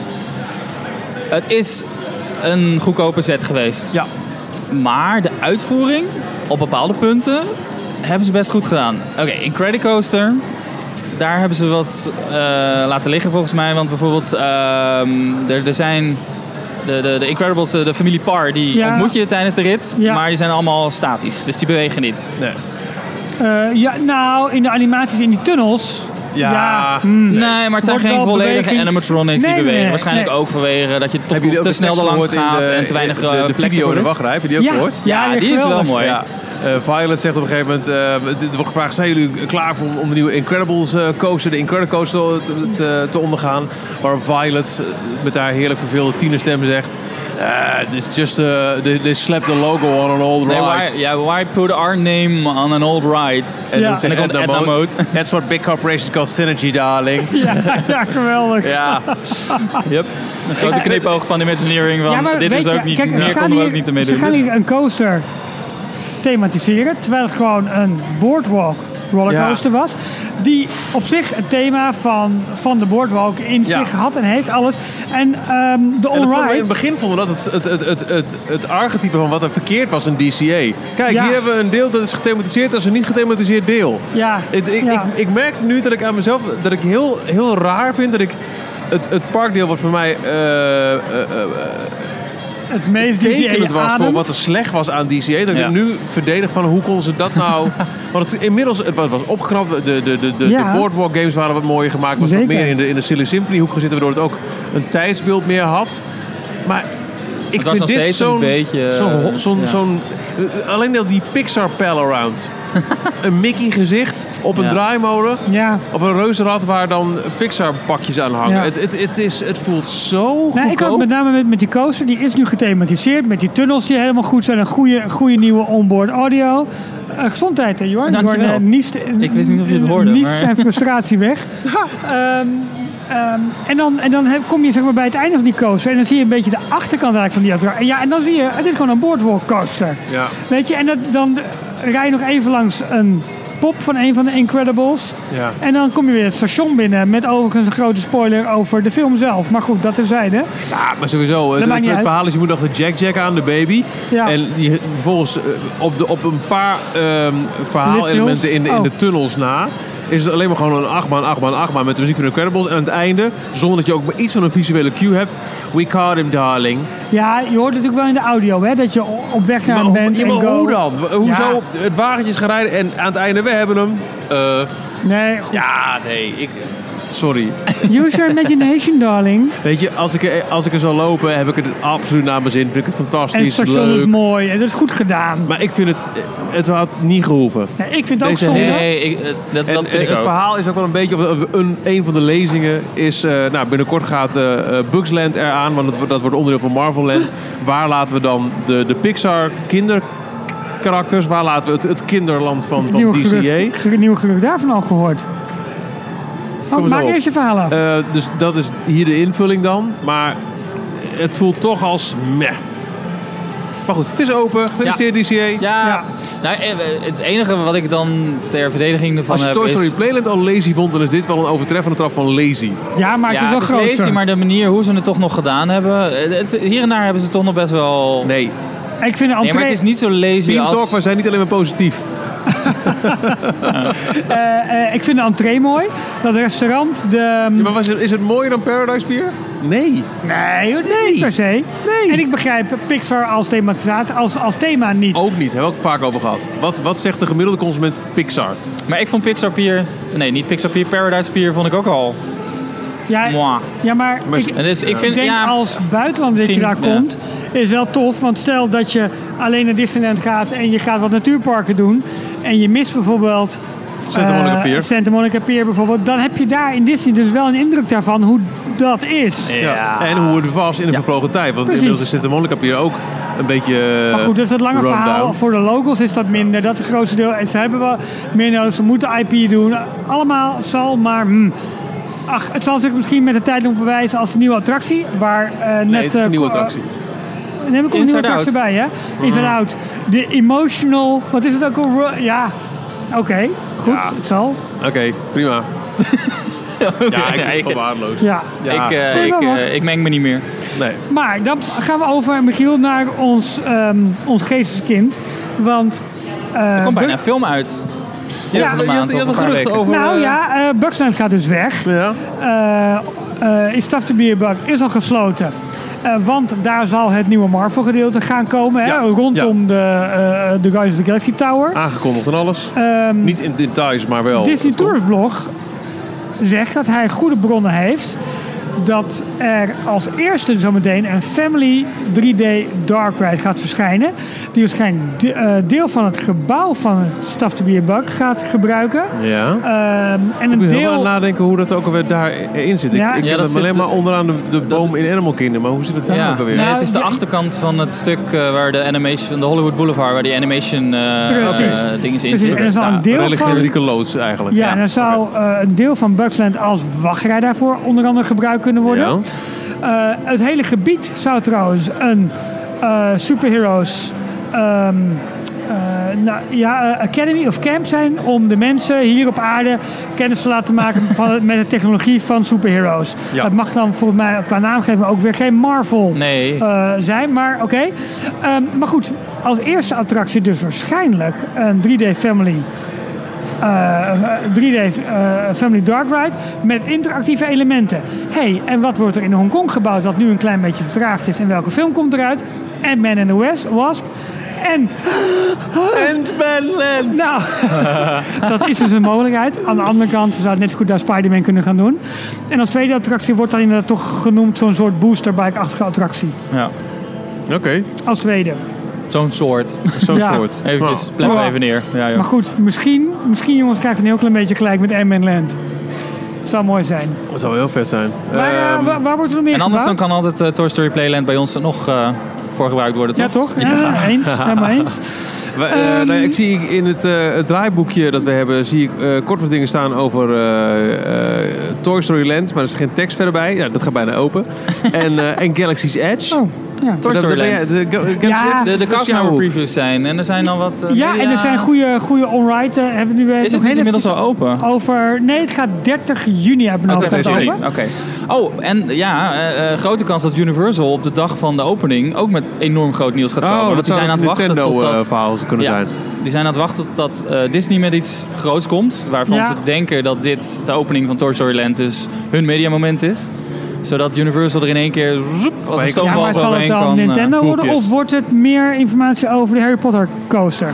Het is een goedkope set geweest. Ja. Maar de uitvoering op bepaalde punten hebben ze best goed gedaan. Oké, in Incredicoaster, daar hebben ze wat uh, laten liggen volgens mij. Want bijvoorbeeld, uh, er, er zijn de, de, de Incredibles, de, de familie Parr, die Ja. ontmoet je tijdens de rit. Ja. Maar die zijn allemaal statisch, dus die bewegen niet. Nee. Uh, ja, nou, in de animaties in die tunnels... Ja. hmm. Nee, maar het zijn Wordt geen wel volledige beweging. animatronics Nee, die nee, bewegen. nee, Waarschijnlijk nee. ook vanwege dat je toch Hebben jullie ook te de snel tekst er langs gehoord in gaat de- en te weinig de, de, uh, de plek video in de ervoor is? wachtrij? Heb je die ook Ja. gehoord? Ja, Ja, die is wel geweldig. mooi. Ja. Uh, Violet zegt op een gegeven moment, uh, er wordt gevraagd, zijn jullie klaar voor, om de nieuwe Incredibles uh, coaster, de Incredicoaster te, te, te ondergaan? Waar Violet uh, met haar heerlijk verveelde tienerstem zegt, uh, this just uh, they, they slapped the logo on an old Nee, ride. why, yeah, why put our name on an old ride? En Ja. dan zegt En dan komt Edna Edna Mode, Mode. that's what big corporations call synergy, darling. Ja, ja, geweldig. Ja. Yep. Een grote knipoog van Imagineering van Ja, maar dit weet is je, ook niet, kijk, meer ze gaan konden we ook hier- niet ermee Ze gaan doen. hier een coaster thematiseren, terwijl het gewoon een boardwalk rollercoaster was. Die op zich het thema van, van de boardwalk in Ja. zich had en heeft alles. En ehm, de En dat vonden we in on-ride... het begin vonden we dat het, het, het, het, het, het archetype van wat er verkeerd was in D C A. Kijk, Ja. hier hebben we een deel dat is gethematiseerd als een niet gethematiseerd deel. Ja, Ik, ik, ja. ik, ik merk nu dat ik aan mezelf dat ik heel, heel raar vind dat ik het, het parkdeel wat voor mij eh, eh, eh, het meest tekenend was adem. voor wat er slecht was aan D C A. Dat ik Ja. het nu verdedig van hoe kon ze dat nou... Want het, inmiddels het was, was opgeknapt. De, de, de, de, Ja. de boardwalk games waren wat mooier gemaakt. Was wat Zeker. meer in de, in de Silly Symphony hoek gezeten. Waardoor het ook een tijdsbeeld meer had. Maar ik Het was vind nog dit steeds zo'n... een beetje, zo'n eh, zo'n ja. zo'n- eh, alleen al die Pixar pal-around. Een Mickey gezicht op een Ja. draaimolen. Ja. Of een reuzenrad waar dan Pixar pakjes aan hangen. Ja. Het, het, het, is, het voelt zo Nou, ik had goedkoop. met name met, met die coaster, die is nu gethematiseerd. Met die tunnels die helemaal goed zijn. Een goede, goede nieuwe onboard audio. Uh, gezondheid, hè, Jorn. Dankjewel. Jorn, uh, niest, Ik wist niet of je het hoorde, Niest maar- zijn frustratie weg. Ehm, ehm, en dan, en dan heb, kom je zeg maar, bij het einde van die coaster. En dan zie je een beetje de achterkant eigenlijk van die attractie. Ja, en dan zie je, het is gewoon een boardwalk coaster. Ja. Weet je, en dat, dan rij je nog even langs een pop van een van de Incredibles. Ja. En dan kom je weer het station binnen. Met overigens een grote spoiler over de film zelf. Maar goed, dat terzijde. Ja, maar sowieso. Het, maakt het, niet uit. verhaal is, je moet nog de Jack Jack aan, de baby. Ja. En die vervolgens eh, op, de, op een paar ehm verhaalelementen in de, in Oh. de tunnels na... is het alleen maar gewoon een achtbaan, achtbaan, achtbaan met de muziek van de Incredibles. En aan het einde, zonder dat je ook maar iets van een visuele cue hebt... We caught him, darling. Ja, je hoort het natuurlijk wel in de audio, hè, dat je op weg naar Maar, hem hoe, bent. ja, en maar go. hoe dan? Hoezo Ja. het wagentje is gaan rijden en aan het einde, we hebben hem. Eh, Nee, goed. ja, nee, ik... Sorry. Use your imagination, darling. Weet je, als ik, er- als ik er zou lopen, heb ik het absoluut naar mijn zin. Vind ik het En het fantastisch, station leuk. is mooi en dat is goed gedaan. Maar ik vind het... Het had niet gehoeven. Nee, ik vind het ook Deze zonde. hele- Nee, ik, eh, dat, En, dat vind en ik het ook. verhaal is ook wel een beetje... Of, of een, een van de lezingen is... eh, nou, binnenkort gaat eh eh, Bugs Land eraan. Want dat, wordt- dat wordt onderdeel van Marvel Land. Waar laten we dan de, de Pixar kinderkarakters... Waar laten we het, het kinderland van, van Nieuwe D C A... gerucht, ge- nieuwe gerucht daarvan al gehoord. Oh, Kom eens maak op. eerst je verhaal af. Eh, dus dat is hier de invulling dan. Maar het voelt toch als meh. Maar goed, het is open. Gefeliciteerd D C A. Ja, Ja. Nou, eh, het enige wat ik dan ter verdediging ervan Als je heb Toy Story is... Playland al lazy vond, dan is dit wel een overtreffende trap van lazy. ja, maar het Ja, is wel het is groter. lazy, maar de manier hoe ze het toch nog gedaan hebben... eh, Het, hier en daar hebben ze toch nog best wel... Nee, Ik vind de Nee, maar entree... het is niet zo lazy Team Talk, als... wij zijn niet alleen maar positief. eh, eh, ik vind de entree mooi. Dat restaurant, de... Ja, maar was het, is het mooier dan Paradise Pier? Nee. Nee, hoor, Nee. niet per se. Nee. En ik begrijp Pixar als thematisatie, als, als thema niet. Ook niet, hebben we ook vaak over gehad. Wat, wat zegt de gemiddelde consument Pixar? Maar ik vond Pixar Pier... Nee, niet Pixar Pier. Paradise Pier vond ik ook al... Ja, Mwah. ja maar, Maar ik, En dus, ik ik vind... denk ja, als buitenland dat je misschien, daar ja. komt, is wel tof. Want stel dat je alleen naar Disneyland gaat en je gaat wat natuurparken doen. En je mist bijvoorbeeld... Santa Monica eh, Pier. Santa Monica Pier bijvoorbeeld. Dan heb je daar in Disney dus wel een indruk daarvan hoe dat is. Ja. En hoe het was in de vervlogen tijd. Want Precies. inmiddels is Santa Monica Pier ook een beetje uh, Maar goed, dat is het lange run verhaal. down. Voor de locals is dat minder. Dat is het grootste deel. En ze hebben wel meer nodig. Ze moeten I P doen. Allemaal zal, maar... hmm. Ach, het zal zich misschien met de tijd nog bewijzen als een nieuwe attractie. Waar eh, net... Nee, het is eh, een nieuwe eh, attractie. En dan komt een nieuwe attractie erbij, hè? Inside Mhm. Out. De emotional... Wat is het ook al? Ja, oké. Okay, goed, Ja. het zal. Oké, okay, prima. Ja, ik Ja, vind het ik- wel waardeloos. Ja. Ja. Ik, uh, Nee, ik, dat mag. uh, ik meng me niet meer. Nee. Maar dan gaan we over, Michiel, naar ons, um, ons geesteskind. Want... Uh, Er komt bijna Bug- een film uit. Ja, Ja, je had, je had een gerucht over... Nou uh, ja, uh, Bugsland gaat dus weg. Ja. Uh, uh, is Stuff to be a Bug is al gesloten. Uh, want daar zal het nieuwe Marvel gedeelte gaan komen. Hè, Ja, rondom de, uh, de Guardians of the Galaxy Tower. Aangekondigd en alles. Um, Niet in details, maar wel. Disney Het komt. Tours blog zegt dat hij goede bronnen heeft dat er als eerste zometeen een Family drie D Dark Ride gaat verschijnen. Die waarschijnlijk de, uh, deel van het gebouw van het Stuff to be a Bug gaat gebruiken. Ja. Um, en Ik een moet heel deel... nadenken hoe dat ook alweer daarin zit. Ja. Ik, ik Ja, heb dat hem alleen zit- maar onderaan de, de boom in Animal Kingdom. Maar hoe zit het daar Ja, ook alweer? nee, Nou, het is de ja, achterkant van het stuk uh, waar de animation, de Hollywood Boulevard, waar die animation uh, Precies. uh, dingen in Precies. zitten. En er zal een Ja. deel Redelijk van... generieke loods eigenlijk. Ja, en er zou uh, een deel van Bugsland als wachtrij daarvoor onder andere gebruikt kunnen worden. Ja. Uh, het hele gebied zou trouwens een uh, superheroes um, uh, nou, ja, uh, academy of camp zijn om de mensen hier op aarde kennis te laten maken van, met de technologie van superheroes. Ja. Het mag dan volgens mij qua naamgeving ook weer geen Marvel Nee. uh, zijn, maar oké. Okay. Um, maar goed, als eerste attractie dus waarschijnlijk een drie D Family Uh, drie D uh, Family Dark Ride met interactieve elementen. Hey, en wat wordt er in Hongkong gebouwd dat nu een klein beetje vertraagd is en welke film komt eruit? Ant-Man and the West, Wasp. En... Ant-Man Land! Nou, dat is dus een mogelijkheid. Aan de andere kant zou het net zo goed daar Spider-Man kunnen gaan doen. En als tweede attractie wordt dan inderdaad toch genoemd zo'n soort boosterbike-achtige attractie. Ja. Oké, okay. Als tweede. Zo'n soort. zo'n Ja. soort. Eventjes, Nou, plep Maar- even neer. Ja, joh. Maar goed, misschien, misschien jongens krijgen we een heel klein beetje gelijk met Ant-Man Land. Zou mooi zijn. dat zou heel vet zijn. Maar uh, Ehm, waar, waar wordt er nog meer En anders dan gebouwd? kan altijd uh, Toy Story Playland bij ons nog uh, voor gebruikt worden, toch? Ja, toch? Ja, eens. Helemaal eens. we- eh, Ehm, nou ja, ik zie in het, eh, het draaiboekje dat we hebben, zie ik eh, kort wat dingen staan over eh, eh, Toy Story Land, maar er is geen tekst verder bij. Ja, dat gaat bijna open. en, eh, en Galaxy's Edge. Oh, ja. Toy Dat- Story dat ben Land. jij- de Ga- Galaxy's Ja, Edge, De, de dat is castmember jouw- previews zijn. En er zijn al wat... uh, Ja, en media- er zijn goede, goede on-ride. Uh, hebben we nu uh, Is nog het niet heel inmiddels eventjes al open? Over, nee, het gaat dertig juni uit mijn Oh, hoofd dat gaat is het oké. open. Oh, en ja, uh, uh, grote kans dat Universal op de dag van de opening ook met enorm groot nieuws gaat komen. Oh, Want dat die zou zijn aan een het wachten tot dat... Nintendo-verhaal kunnen Ja, zijn. die zijn aan het wachten totdat uh, Disney met iets groots komt. Waarvan Ja. ze denken dat dit de opening van Toy Story Land dus hun mediamoment is. Zodat Universal er in één keer zoep, als een Ja, Ja, maar stoombal zal het overheen dan kan. Nintendo uh, worden proefjes. of wordt het meer informatie over de Harry Potter coaster?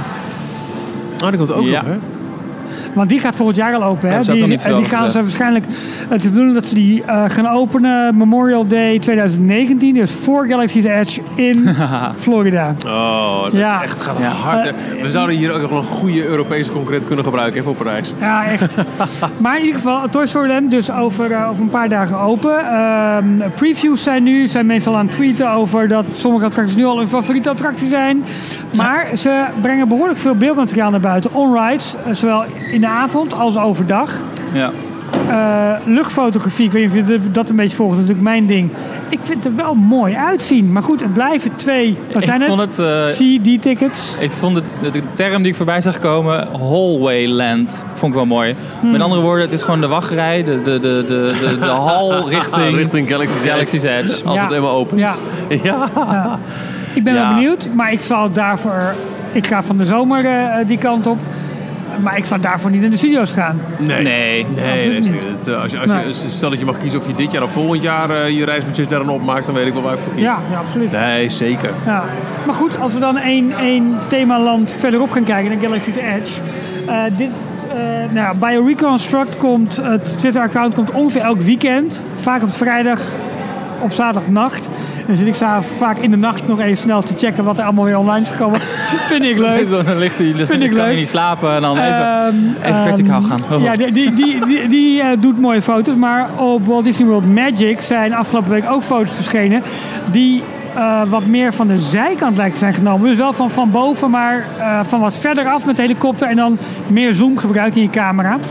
Oh, die komt ook Ja. nog, hè? Want die gaat volgend jaar al open. Hè? Daar is ook Die, nog niet veel eh, die over gaan ze gezegd. waarschijnlijk... Het is de bedoeling dat ze die uh, gaan openen Memorial Day twintig negentien. Dus voor Galaxy's Edge in Florida. Oh, dat Ja. echt gaat Ja. hard. hè. We zouden hier ook nog een goede Europese concurrent kunnen gebruiken hè, voor Parijs. Ja, echt. Maar in ieder geval, Toy Story Land dus over, uh, over een paar dagen open. Um, previews zijn nu, zijn mensen al aan het tweeten over dat sommige attracties nu al hun favoriete attractie zijn. Maar ze brengen behoorlijk veel beeldmateriaal naar buiten. On-rides, uh, zowel in de avond als overdag. Ja. Uh, luchtfotografie, ik weet niet of je dat een beetje volgt, dat is natuurlijk mijn ding. Ik vind het er wel mooi uitzien. Maar goed, het blijven twee, wat zijn ik het? vond het... uh, C D-tickets. Ik vond het, de term die ik voorbij zag komen, Hallway Land, vond ik wel mooi. Hmm. Met andere woorden, het is gewoon de wachtrij, de, de, de, de, de, de hal richting, Richting Galaxy's Edge. Galaxy's Edge. Als Ja. het helemaal open is. Ja. Ja. Ja. Ik ben Ja. wel benieuwd, maar ik zal daarvoor... Ik ga van de zomer uh, die kant op. Maar ik zal daarvoor niet in de studio's gaan. Nee. Nee. Nee, nee, niet. nee. Het, uh, als je, als Nee. je, stel dat je mag kiezen of je dit jaar of volgend jaar uh, je reisbudget daar dan opmaakt, dan weet ik wel waar ik voor kies. Ja, ja absoluut. Nee, zeker. Ja. Maar goed, als we dan één, één themaland verderop gaan kijken, naar Galaxy's Edge. Uh, dit, uh, nou, bij Reconstruct komt, het Twitter-account komt ongeveer elk weekend. Vaak op vrijdag, op zaterdagnacht. Dan zit ik zo vaak in de nacht nog even snel te checken wat er allemaal weer online is gekomen. Vind ik leuk. Dan ligt hij, dan Vind ik kan hij leuk. niet slapen en dan even, Ehm, even ehm, verticaal gaan. Oh. Ja, die, die, die, die, die, eh, doet mooie foto's. Maar op Walt Disney World Magic zijn afgelopen week ook foto's verschenen. Die uh, wat meer van de zijkant lijken te zijn genomen. Dus wel van, van boven, maar uh, van wat verder af met de helikopter. En dan meer zoom gebruikt in je camera.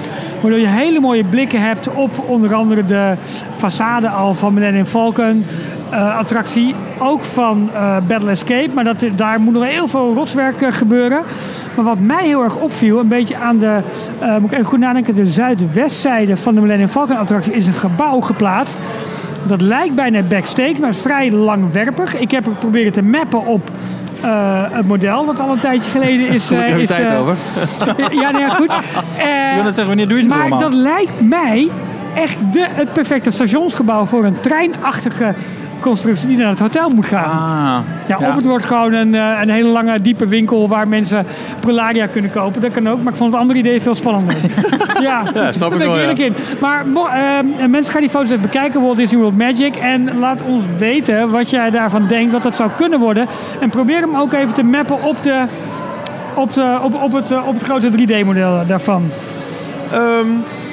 Waardoor je hele mooie blikken hebt op onder andere de façade al van Millennium Falcon. Uh, attractie, ook van uh, Battle Escape. Maar dat, daar moet nog heel veel rotswerk uh, gebeuren. Maar wat mij heel erg opviel, een beetje aan de, uh, moet ik even goed nadenken, de zuidwestzijde van de Millennium Falcon attractie is een gebouw geplaatst. Dat lijkt bijna backstage, maar is vrij langwerpig. Ik heb het proberen te mappen op uh, het model, dat al een tijdje geleden is... Goed, ik heb is, je tijd uh, over. ja, nee, goed. Uh, Ik wil net zeggen, wanneer doe je het maar allemaal? dat lijkt mij echt de, het perfecte stationsgebouw voor een treinachtige constructie die naar het hotel moet gaan. Ah, Ja, ja. of het wordt gewoon een, uh, een hele lange, diepe winkel waar mensen Prularia kunnen kopen. Dat kan ook, maar ik vond het andere idee veel spannender. ja, Ja, snap ik daar ben wel, eerlijk ja. in. Maar mo- uh, mensen gaan die foto's even bekijken, Walt Disney World Magic. En laat ons weten wat jij daarvan denkt, wat dat zou kunnen worden. En probeer hem ook even te mappen op, de, op, de, op, op, het, uh, op het grote drie D-model daarvan. Um,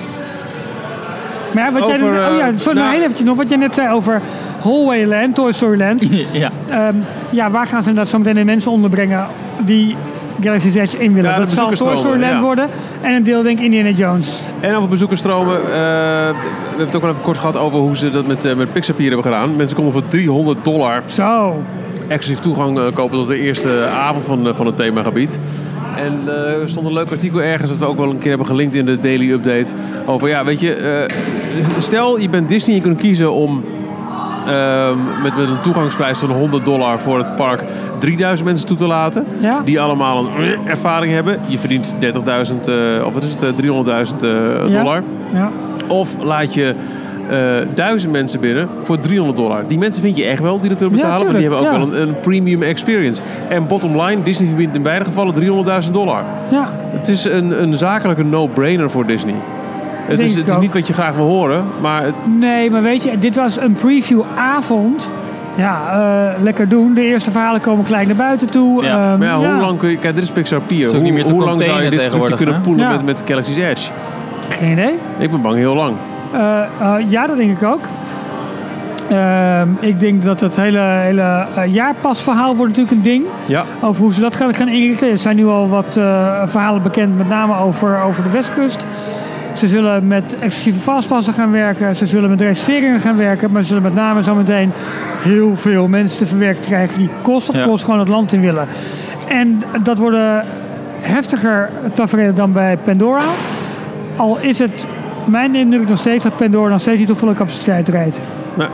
Maar ja, wat jij, Over, uh, oh ja, sorry, nou- nog heel eventjes nog wat jij net zei over Hallway Land, Toy Story Land. ja. Um, ja, waar gaan ze inderdaad zo meteen de mensen onderbrengen die Galaxy's Edge in willen? Ja, de dat zal Toy Story bezoekersstromen, Land ja. worden en een deel denk ik Indiana Jones. En over bezoekersstromen. Uh, we hebben het ook wel even kort gehad over hoe ze dat met, uh, met Pixarpier hebben gedaan. Mensen konden voor driehonderd dollar Zo. exclusief toegang uh, kopen tot de eerste avond van, uh, van het themagebied. En uh, er stond een leuk artikel ergens dat we ook wel een keer hebben gelinkt in de Daily Update. Over, ja, weet je, uh, stel je bent Disney, je kunt kiezen om uh, met, met een toegangsprijs van honderd dollar voor het park drieduizend mensen toe te laten. Ja? Die allemaal een uh, ervaring hebben. Je verdient dertigduizend, uh, of wat is het, uh, driehonderdduizend uh, dollar. Ja. Of laat je uh, duizend mensen binnen voor driehonderd dollar. Die mensen vind je echt wel die dat willen Ja, betalen. maar die hebben ook tuurlijk, wel een, een premium experience. En bottom line, Disney verbiedt in beide gevallen driehonderdduizend dollar. Ja. Het is een, een zakelijke no-brainer voor Disney. Het Denk is, ik het is ook. niet wat je graag wil horen, maar het, Nee, maar weet je, dit was een previewavond. Ja, uh, lekker doen. De eerste verhalen komen gelijk naar buiten toe. Ja. Um, maar ja, hoe lang kun je... Kijk, dit is Pixar Pier. is ook Hoe, niet meer te hoe lang zou je containen dit trucje tegenwoordig, kunnen hè? poelen Ja. met, met Galaxy's Edge? Geen idee. Ik ben bang heel lang. Uh, uh, ja, dat denk ik ook. Uh, ik denk dat het hele, hele uh, jaarpasverhaal wordt natuurlijk een ding. Ja. Over hoe ze dat gaan, gaan inrichten. Er zijn nu al wat uh, verhalen bekend, met name over, over de Westkust. Ze zullen met exclusieve fastpassen gaan werken. Ze zullen met reserveringen gaan werken. Maar ze zullen met name zometeen heel veel mensen te verwerken krijgen die kost of Ja. kost gewoon het land in willen. En dat worden heftiger tafereelen dan bij Pandora. Al is het mijn indruk nog steeds dat Pandora nog steeds niet op volle capaciteit rijdt. Nou,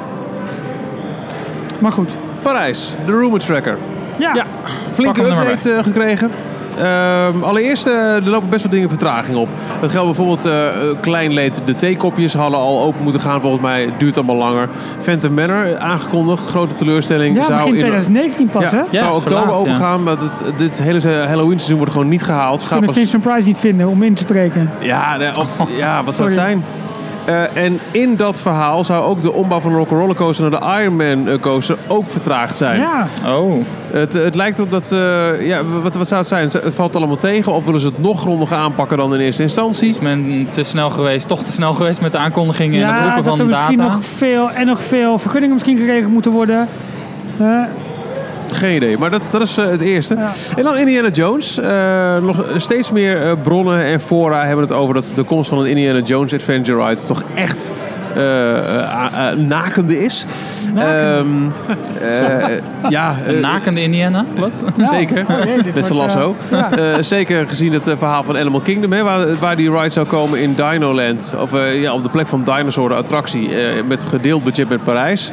Maar goed. Parijs, de Rumor Tracker. Ja. Ja. Flinke Pak hem er maar update uh, gekregen. Ehm, allereerst, uh, er lopen best wel dingen vertraging op. Dat geldt bijvoorbeeld uh, klein leed. De theekopjes hadden al open moeten gaan. Volgens mij duurt het allemaal langer. Phantom Manor aangekondigd. Grote teleurstelling. Ja, zou begin in twintig negentien pas, ja, hè? Ja, zou het is oktober verlaat, open ja. gaan. Maar dit, dit hele Halloween seizoen wordt gewoon niet gehaald. Gaat Kunnen pas- Vincent Price niet vinden om in te spreken. Ja, nee, of, ja, wat zou het Sorry. zijn? Uh, en in dat verhaal zou ook de ombouw van de Rock'n'Roller Coaster naar de Ironman uh, Coaster ook vertraagd zijn. Ja. Oh, Het, het lijkt erop dat... Uh, ja, wat, wat zou het zijn? Het valt allemaal tegen? Of willen ze het nog grondiger aanpakken dan in eerste instantie? is men te snel geweest, toch te snel geweest met de aankondigingen en het Ja, roepen dat van er misschien data? nog veel en nog veel vergunningen misschien geregeld moeten worden. Uh, Geen idee, maar dat, dat is uh, het eerste. Ja. En dan Indiana Jones. Uh, nog steeds meer uh, bronnen en fora hebben het over dat de komst van een Indiana Jones Adventure Ride toch echt uh, uh, uh, nakende is. Nakende? Ehm, uh, ja, Een uh, nakende Indiana? Wat? nou, zeker. oh jee, dit Met zijn wordt, lasso. uh, ja. Uh, zeker gezien het uh, verhaal van Animal Kingdom, hè, waar, waar die ride zou komen in Dinoland. Of uh, ja, op de plek van Dinosaur, de attractie. Uh, met gedeeld budget met Parijs.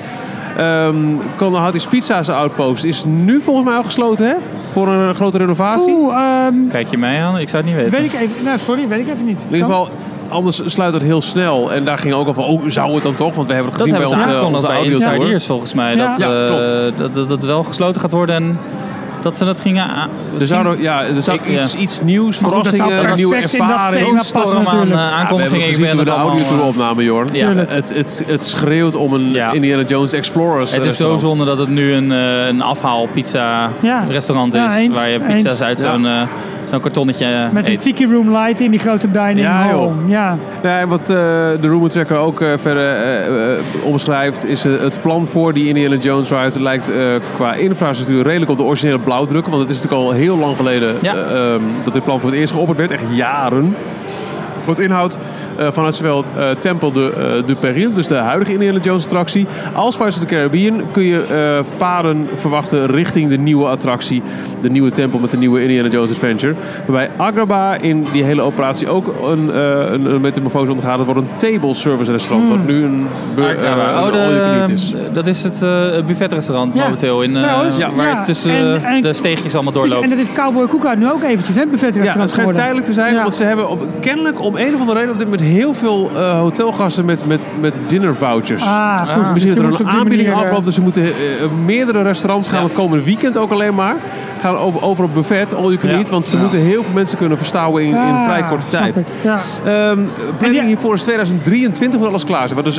Um, Conrad's Pizza's Outpost is nu volgens mij al gesloten, hè? Voor een, een grote renovatie. Oeh, um, Kijk je mij aan? Ik zou het niet weten. weet ik even. Nou, sorry, weet ik even niet. In ieder geval, anders sluit het heel snel. En daar ging ook al van, oh, zou het dan toch? Want we hebben het Dat gezien hebben ze bij onze, onze aangekondigd bij audio Inside Ears volgens mij. Ja. Dat, Ja, eh, klopt. dat, dat, dat het wel gesloten gaat worden en dat ze dat gingen aan. Er zou, nog- ja, er zou Ik, iets, ja. iets nieuws, Maar goed, dat zou verrassingen, een nieuwe perfect in dat ervaring. thema Storm passen aan natuurlijk. eh, Ja, we hebben aankondigingen. gezien Ik toen ben we de het audio allemaal, tour eh, opnamen, Jorn. Ja. Tuurlijk. Het, het, het schreeuwt om een Ja. Indiana Jones Explorers Het is zo restaurant. zonde dat het nu een, eh, een afhaal-pizza Ja. restaurant is. Ja, eens, waar je pizza's eens. uit Ja. zo'n eh, zo'n kartonnetje eh, Met een eet. tiki room light in die grote dining Ja, hall. joh. Ja. Nee, en wat uh, de Rumor Tracker ook uh, verder uh, uh, omschrijft, is uh, het plan voor die Indiana Jones ride lijkt uh, qua infrastructuur redelijk op de originele blauwdruk. Want het is natuurlijk al heel lang geleden Ja. uh, um, dat dit plan voor het eerst geopperd werd. Echt jaren. Wat inhoudt Uh, vanuit zowel uh, Temple de, uh, de Peril, dus de huidige Indiana Jones attractie, als Pirates of the Caribbean kun je uh, paden verwachten richting de nieuwe attractie. De nieuwe tempel met de nieuwe Indiana Jones Adventure. Waarbij Agrabah in die hele operatie ook een, uh, een, een metamorfose ondergaat. Het wordt een table service restaurant. Mm. Wat nu een, uh, Uh, oh, de, is. Dat is het uh, buffetrestaurant ja. momenteel. In, uh, Trouwens, ja, waar ja. het tussen En- en- de steegjes allemaal doorloopt. En dat is Cowboy Cookout nu ook eventjes, hè? Het Ja, buffetrestaurant het schijnt geworden. tijdelijk te zijn, Ja. want ze hebben op, kennelijk om een of andere reden op dit moment heel veel uh, hotelgasten met, met, met dinner vouchers. Ah, goed. Misschien Dus dat er toen een moet ze op die aanbieding manier, uh, afloopt, dus ze moeten uh, meerdere restaurants gaan Ja. het komende weekend ook alleen maar. Gaan over, over op buffet, all you can Ja. eat, want ze Ja. moeten heel veel mensen kunnen verstouwen in, in Ah, vrij korte snap tijd. ik. Ja. Um, planning die- hiervoor is tweeduizend drieëntwintig moet alles klaar zijn, wat dus uh,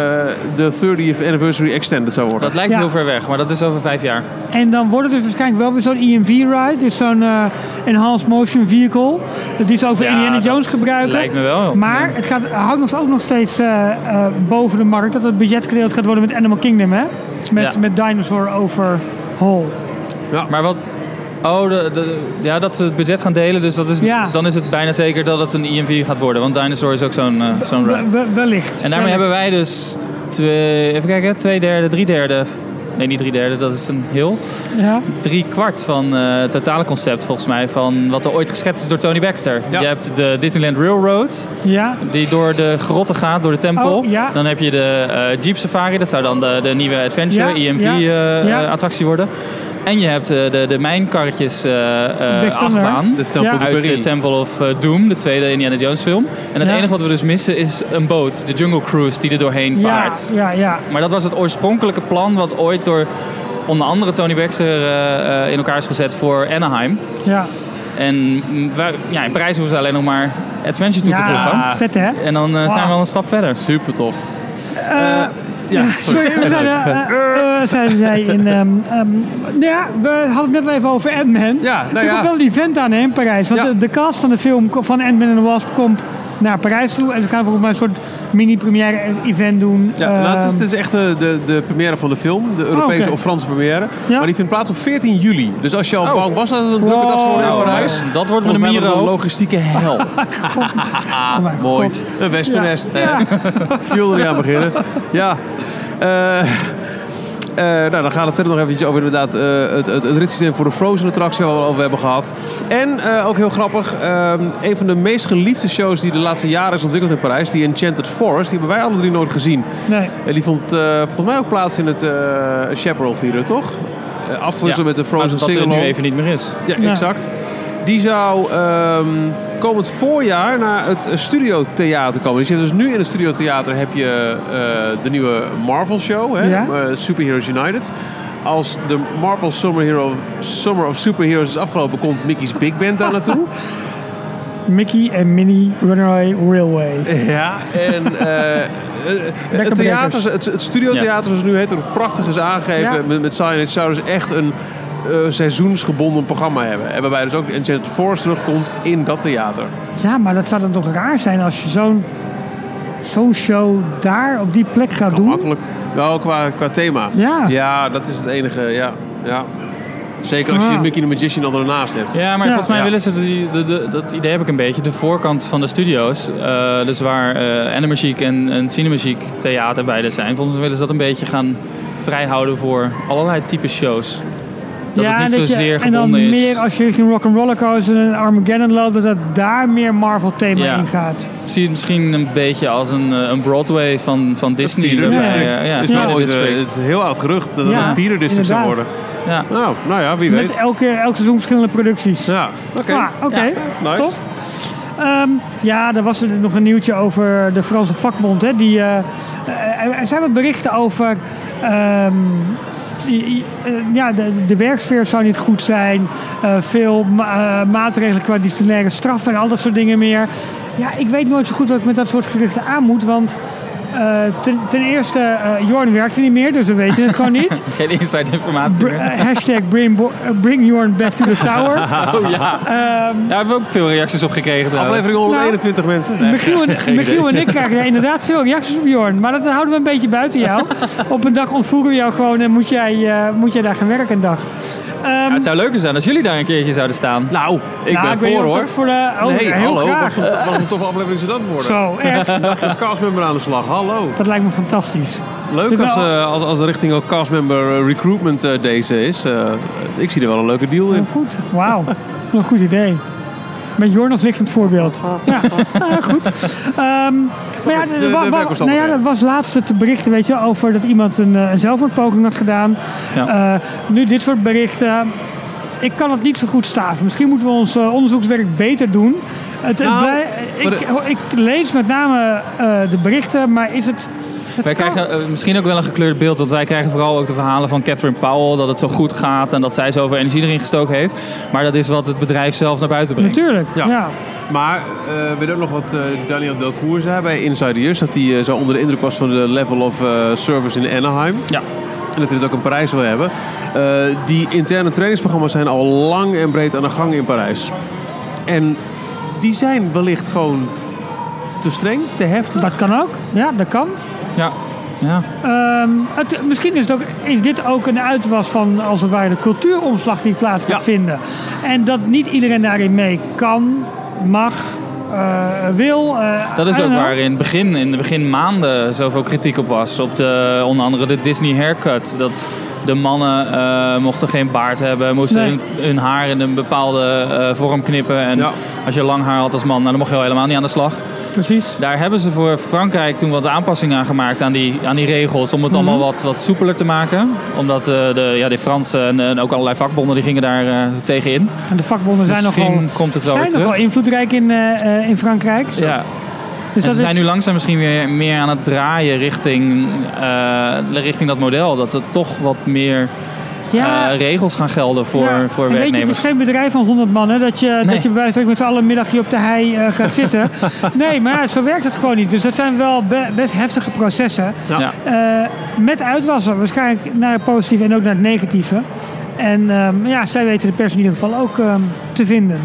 de dertieth anniversary extended zou worden. Dat lijkt Ja. heel ver weg, maar dat is over vijf jaar. En dan wordt het dus waarschijnlijk wel weer zo'n E M V-ride. Dus zo'n uh, Enhanced Motion Vehicle. Die ze ook voor Ja, Indiana dat Jones gebruiken. lijkt me wel. Maar het gaat, houdt nog, ook nog steeds uh, uh, boven de markt dat het budget gedeeld gaat worden met Animal Kingdom, hè? Met, Ja. met Dinosaur Overhaul. Maar wat... Oh, de, de, ja, dat ze het budget gaan delen, dus dat is, Ja. dan is het bijna zeker dat het een E M V gaat worden. Want Dinosaur is ook zo'n uh, zo'n ride. We- we- wellicht. En daarmee hebben wij dus twee, even kijken, twee derde, drie derde. Nee, niet drie derde, dat is een heel. Ja. Drie kwart van uh, het totale concept volgens mij van wat er ooit geschetst is door Tony Baxter. Ja. Je hebt de Disneyland Railroad, Ja. die door de grotten gaat, door de tempel. Oh, ja. Dan heb je de uh, Jeep Safari, dat zou dan de, de nieuwe Adventure, Ja, E M V ja, uh, ja. uh, attractie worden. En je hebt uh, de, de mijnkarretjes uh, uh, Big Thunder. achtbaan. De Temple Ja. de Uit Peril. uh, Temple of uh, Doom, de tweede Indiana Jones film. En het Ja. enige wat we dus missen is een boot, de Jungle Cruise, die er doorheen Ja, vaart. ja, ja. Maar dat was het oorspronkelijke plan wat ooit door onder andere Tony Baxter uh, uh, in elkaar is gezet voor Anaheim. ja. En mm, wij, ja, in Parijs hoeven ze alleen nog maar Adventure toe te voegen. Ja, vet hè? En dan uh, zijn we Wow. al een stap verder. Super tof. Eh, Ja, Sorry, we zeiden, uh, uh, zeiden zij in... Um, um, nou ja, we hadden het net wel even over Ant-Man. Ja, nou er ja. komt wel een event aan hè, in Parijs. Want Ja. de, de cast van de film van Ant-Man and the Wasp komt naar Parijs toe. En ze gaan volgens mij een soort mini-première event doen. Ja, Uh, nou, het, is, het is echt de, de, de première van de film, de Europese oké. of Franse première. Ja. Maar die vindt plaats op veertien juli. Dus als je al Oh. bang was dat het een drukke dag zou worden in Wow. Parijs, Dat wordt met volgens een mij wordt het Miro. een logistieke hel. oh mijn Mooi. God. Een wespennest. Ja. Je wilde er niet aan beginnen. Ja. Eh, eh, nou, dan gaan we het verder nog eventjes over inderdaad, eh, het, het, het ritssysteem voor de Frozen attractie waar we het over hebben gehad. En eh, ook heel grappig, eh, een van de meest geliefde shows die de laatste jaren is ontwikkeld in Parijs, die Enchanted Forest, die hebben wij alle drie nooit gezien. Nee. En die vond eh, volgens mij ook plaats in het uh, Chaparral Theater, toch? Uh, afgewisseld met de Frozen maar dat er nu Sing-along. even niet meer is. Ja, Ja. exact. Die zou ehm, komend voorjaar naar het Studio Theater komen. Dus, je hebt dus nu in het Studio Theater heb je uh, de nieuwe Marvel show, hè? Ja. Uh, Superheroes United. Als de Marvel Summer, Hero, Summer of Superheroes is afgelopen, komt Mickey's Big Band daar naartoe. Mickey en Minnie Runaway Railway. Ja, en uh, het, theater, het, het studiotheater zoals het nu heet, er ook prachtig is aangegeven Ja. met, met signage, zou dus echt een uh, seizoensgebonden programma hebben. En waarbij dus ook Enchanted Forest terugkomt in dat theater. Ja, maar dat zou dan toch raar zijn als je zo'n zo'n show daar op die plek gaat Kan doen? makkelijk. Wel qua, qua thema. Ja. Ja, dat is het enige. Ja, ja. Zeker als je Ah. Mickey the Magician al ernaast hebt. Ja, maar Ja. volgens mij Ja. willen ze, die, de, de, dat idee heb ik een beetje, de voorkant van de studio's, uh, dus waar uh, Animagique en, en Cinemagique theater beide zijn, volgens mij willen ze dat een beetje gaan vrijhouden voor allerlei type shows. Dat ja, het niet en dat je- zozeer en dan gebonden is. meer als je richting Rock'n'Roller Coaster en Armageddon loopt, dat het daar meer Marvel thema Ja. in gaat. Ik zie het misschien een beetje als een, uh, een Broadway van, van Disney. Vierde waarbij, district. uh, ja, is vierde wel ooit, uh, district. het is een heel oud gerucht dat het Ja, een vierde district zou inderdaad. worden. Ja. Nou, nou ja, wie Met weet. elke, elk seizoen verschillende producties. Ja, oké. Ah, oké. Ja. Nice. Tof. Ehm, ja, er was er nog een nieuwtje over de Franse vakbond. Hè, die, eh, eh, er zijn wat berichten over... ehm, die- eh, ja, de, de werksfeer zou niet goed zijn. Eh, veel ma- eh, maatregelen qua disciplinaire straffen en al dat soort dingen meer. Ja, ik weet nooit zo goed wat ik met dat soort geruchten aan moet. Want eh, ten, ten eerste, eh Jorn werkt er niet meer, dus we weten het gewoon niet. Geen inside informatie Br- meer. eh, hashtag bring, Bo- eh, bring Jorn back to the tower. Oh ja. Ehm, Ja, we hebben ook veel reacties op gekregen trouwens. Aflevering honderdeenentwintig mensen. Nee, Michiel en, geen Michiel idee. en ik krijgen ja, inderdaad veel reacties op Jorn. Maar dat houden we een beetje buiten jou. Op een dag ontvoeren we jou gewoon en moet jij, uh, moet jij daar gaan werken een dag. Ja, het zou leuker zijn als jullie daar een keertje zouden staan. Nou, ik nou, ben ik weet voor niet of hoor. dat Voor de, oh, nee, heel hallo. graag. Wat, wat een toffe aflevering zou dat worden. Zo, echt. Als castmember aan de slag, hallo. Dat lijkt me fantastisch. Leuk Dit als, nou- uh, als, als de richting ook castmember uh, recruitment uh, deze is. Uh, ik zie er wel een leuke deal in. Heel goed. Wauw. Een goed idee. Met Jorn als lichtend voorbeeld. Ja, ah, goed. Um, maar ja, de, de, wa, de wa, nou ja, dat was laatst te berichten, weet je, over dat iemand een, een zelfmoordpoging had gedaan. Ja. Uh, nu dit soort berichten. Ik kan het niet zo goed staven. Misschien moeten we ons uh, onderzoekswerk beter doen. Het, het Nou, blij, ik, ik lees met name uh, de berichten, maar is het... het wij kan... krijgen uh, misschien ook wel een gekleurd beeld, want wij krijgen vooral ook de verhalen van Catherine Powell, dat het zo goed gaat en dat zij zoveel energie erin gestoken heeft. Maar dat is wat het bedrijf zelf naar buiten brengt. Natuurlijk, ja. Ja. Maar uh, weet ook nog wat uh, Daniel Delcourt zei bij Inside Ears, dat hij uh, zo onder de indruk was van de level of uh, service in Anaheim. Ja. En dat hij het ook in Parijs wil hebben. Uh, die interne trainingsprogramma's zijn al lang en breed aan de gang in Parijs. En die zijn wellicht gewoon te streng, te heftig. Dat kan ook. Ja, dat kan. Ja. Ja. Um, het, misschien is, het ook, is dit ook een uitwas van, als het ware, de cultuuromslag die plaats gaat Ja. vinden. En dat niet iedereen daarin mee kan, mag, uh, wil. Uh, Dat is I ook don't know. waar in, het begin, in de beginmaanden zoveel kritiek op was. Op de, onder andere de Disney haircut. Dat de mannen uh, mochten geen baard hebben, moesten Nee. hun, hun haar in een bepaalde uh, vorm knippen. En Ja. als je lang haar had als man, nou, dan mocht je al helemaal niet aan de slag. Precies. Daar hebben ze voor Frankrijk toen wat aanpassingen aan gemaakt aan die, aan die regels. Om het Mhm. allemaal wat, wat soepeler te maken. Omdat uh, de, ja, de Fransen en, en ook allerlei vakbonden die gingen daar uh, tegen in. En de vakbonden zijn Misschien nogal, komt het wel zijn weer terug. nogal invloedrijk in, uh, uh, in Frankrijk. Ja. Dus En dat ze zijn is, nu langzaam misschien weer meer aan het draaien richting, uh, richting dat model. Dat er toch wat meer ja, uh, regels gaan gelden voor, ja. voor En weet je, het werknemers. is geen bedrijf van honderd man, hè, dat je, Nee. dat je bij wijze van spreken met z'n allen een middagje op de hei uh, gaat zitten. Nee, maar ja, zo werkt het gewoon niet. Dus dat zijn wel be- best heftige processen. Ja. Ja. Uh, met uitwassen, waarschijnlijk naar het positieve en ook naar het negatieve. En um, ja, zij weten de pers in ieder geval ook um, te vinden.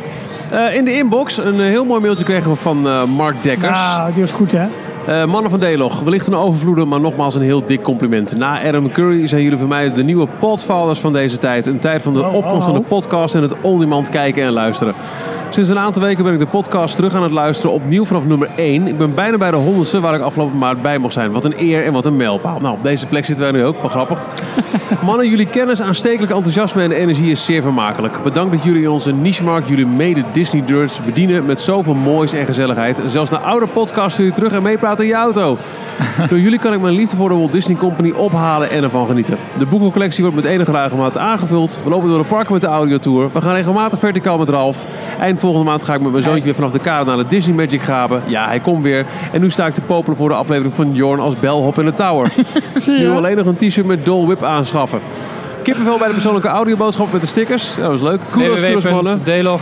Uh, in de inbox een uh, heel mooi mailtje kregen we van uh, Mark Dekkers. Nou, die was goed, hè? Uh, mannen van D-Log, wellicht een overvloede, maar nogmaals een heel dik compliment. Na Adam Curry zijn jullie voor mij de nieuwe podfathers van deze tijd. Een tijd van de Oh, opkomst oh, van de oh. podcast en het on-demand kijken en luisteren. Sinds een aantal weken ben ik de podcast terug aan het luisteren, opnieuw vanaf nummer één. Ik ben bijna bij de honderdste waar ik afgelopen maart bij mocht zijn. Wat een eer en wat een mijlpaal. Nou, op deze plek zitten wij nu ook, wel grappig. Mannen, jullie kennis, aanstekelijk enthousiasme en energie is zeer vermakelijk. Bedankt dat jullie in onze nichemarkt jullie mede Disney-nerds bedienen met zoveel moois en gezelligheid. Zelfs naar oude podcasts stuur je terug en meepraten in je auto. Door jullie kan ik mijn liefde voor de Walt Disney Company ophalen en ervan genieten. De boekencollectie wordt met enige regelmaat aangevuld. We lopen door de parken met de audiotour. We gaan regelmatig verticaal met Ralf. Eind volgende maand ga ik met mijn zoontje weer vanaf de kade naar de Disney Magic graven. Ja, hij komt weer. En nu sta ik te popelen voor de aflevering van Jorn als bellhop in de tower. Nu alleen nog een t-shirt met Dole Whip aanschaffen. Kippenvel bij de persoonlijke audioboodschap met de stickers. Ja, dat was leuk. Kudos, kudos mannen.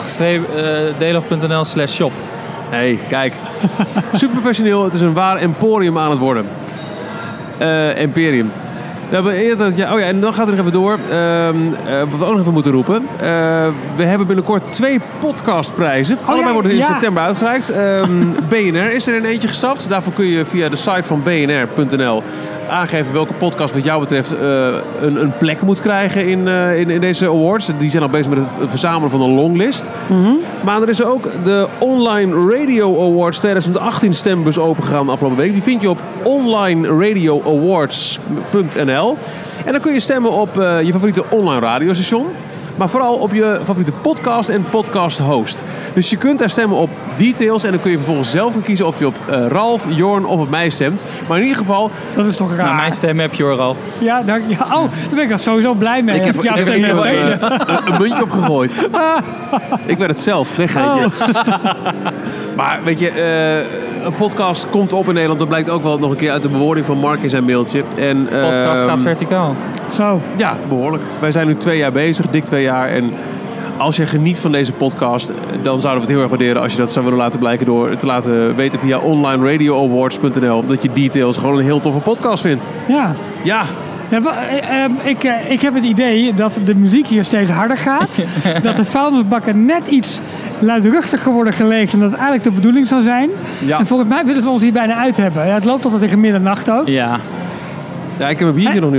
www punt d log slash shop. Hey, kijk. Super professioneel. Het is een waar emporium aan het worden. Uh, Imperium. We hebben eerder, ja, oh ja, en dan gaat het nog even door. Uh, uh, wat we ook nog even moeten roepen. Uh, we hebben binnenkort twee podcastprijzen. Oh, Allebei ja, worden in ja. september uitgereikt. Um, B N R is er in eentje gestapt. Daarvoor kun je via de site van b n r punt n l aangeven welke podcast wat jou betreft uh, een, een plek moet krijgen in, uh, in, in deze awards. Die zijn al bezig met het verzamelen van een longlist. Mm-hmm. Maar er is ook de Online Radio Awards twintig achttien stembus opengegaan de afgelopen week. Die vind je op online radio awards punt n l. En dan kun je stemmen op uh, je favoriete online radiostation. Maar vooral op je favoriete podcast en podcast host. Dus je kunt daar stemmen op details. En dan kun je vervolgens zelf gaan kiezen of je op uh, Ralf, Jorn of op mij stemt. Maar in ieder geval... Dat is toch raar. Nou, mijn stem heb je hoor, Ralf. Ja, dank je. Oh, daar ben ik dan sowieso blij mee. Ik heb, Als jouw ik heb, stem ik heb heb. een, een, een muntje opgegooid. Ik werd het zelf. Nee, geintje. Oh. Maar weet je, uh, een podcast komt op in Nederland. Dat blijkt ook wel nog een keer uit de bewoording van Mark in zijn mailtje. En, De podcast uh, gaat verticaal. Zo. Ja, behoorlijk. Wij zijn nu twee jaar bezig, dik twee jaar. En als je geniet van deze podcast, dan zouden we het heel erg waarderen als je dat zou willen laten blijken door te laten weten via online radio awards punt n l dat je details gewoon een heel toffe podcast vindt. Ja. Ja. Ja, wel, eh, eh, ik, eh, ik heb het idee dat de muziek hier steeds harder gaat. Dat de vuilnisbakken net iets luidruchtiger worden gelegen dan dat eigenlijk de bedoeling zou zijn. Ja. En volgens mij willen ze ons hier bijna uit hebben. Ja, het loopt tot tegen middernacht ook. Ja. Ja, ik heb mijn biertje nog niet op.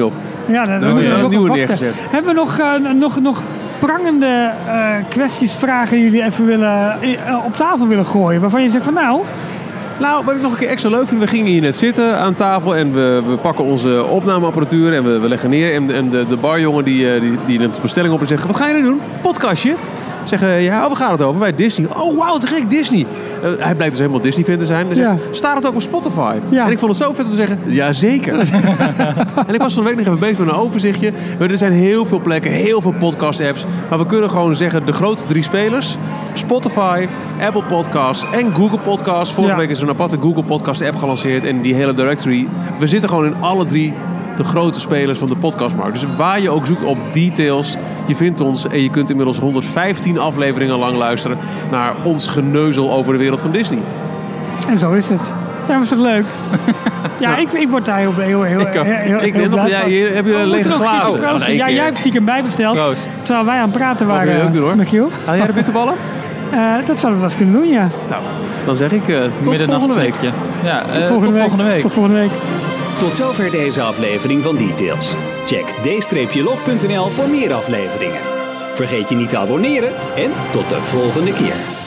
Ja, daar Dan moeten heb we je nog een op nieuwe wachten. neergezet. Hebben we nog, uh, nog, nog prangende uh, kwesties, vragen die jullie even willen, uh, op tafel willen gooien? Waarvan je zegt van nou... Nou, wat ik nog een keer extra leuk vind, we gingen hier net zitten aan tafel en we, we pakken onze opnameapparatuur en we, we leggen neer. En, en de, de barjongen die, die, die een bestelling op en zeggen, wat ga je nu doen? Podcastje? Zeggen, ja, oh, waar gaat het over? Wij Disney. Oh, wauw, te gek, Disney. Uh, hij blijkt dus helemaal Disney-fan te zijn. Hij zegt, Ja. staat het ook op Spotify? Ja. En ik vond het zo vet om te zeggen, ja, zeker. En ik was van de week nog even bezig met een overzichtje. Er zijn heel veel plekken, heel veel podcast-apps. Maar we kunnen gewoon zeggen, de grote drie spelers. Spotify, Apple Podcasts en Google Podcasts. Vorige Ja. week is er een aparte Google Podcast-app gelanceerd. En die hele directory. We zitten gewoon in alle drie de grote spelers van de podcastmarkt. Dus waar je ook zoekt op details, je vindt ons en je kunt inmiddels honderdvijftien afleveringen lang luisteren naar ons geneuzel over de wereld van Disney. En zo is het. Ja, maar is toch leuk? Ja, ik, ik word daar heel, heel, heel, Ik, heel, heel, ik heel weet nog, blij ja, van. hier heb je Oh, we lege moeten nog glazen. proosten. Oh, in één Ja, keer. jij hebt stiekem bijbesteld. Proost. Terwijl wij aan het praten Dat wil waren, je ook doen, hoor. Michiel. Haal jij de bitterballen? Uh, dat zouden we wel eens kunnen doen, ja. Nou, dan zeg ik uh, tot volgende week. Middernachtsweekje. Ja, uh, Tot volgende, tot week. volgende week. Tot volgende week. Tot zover deze aflevering van Details. Check d log punt n l voor meer afleveringen. Vergeet je niet te abonneren en tot de volgende keer.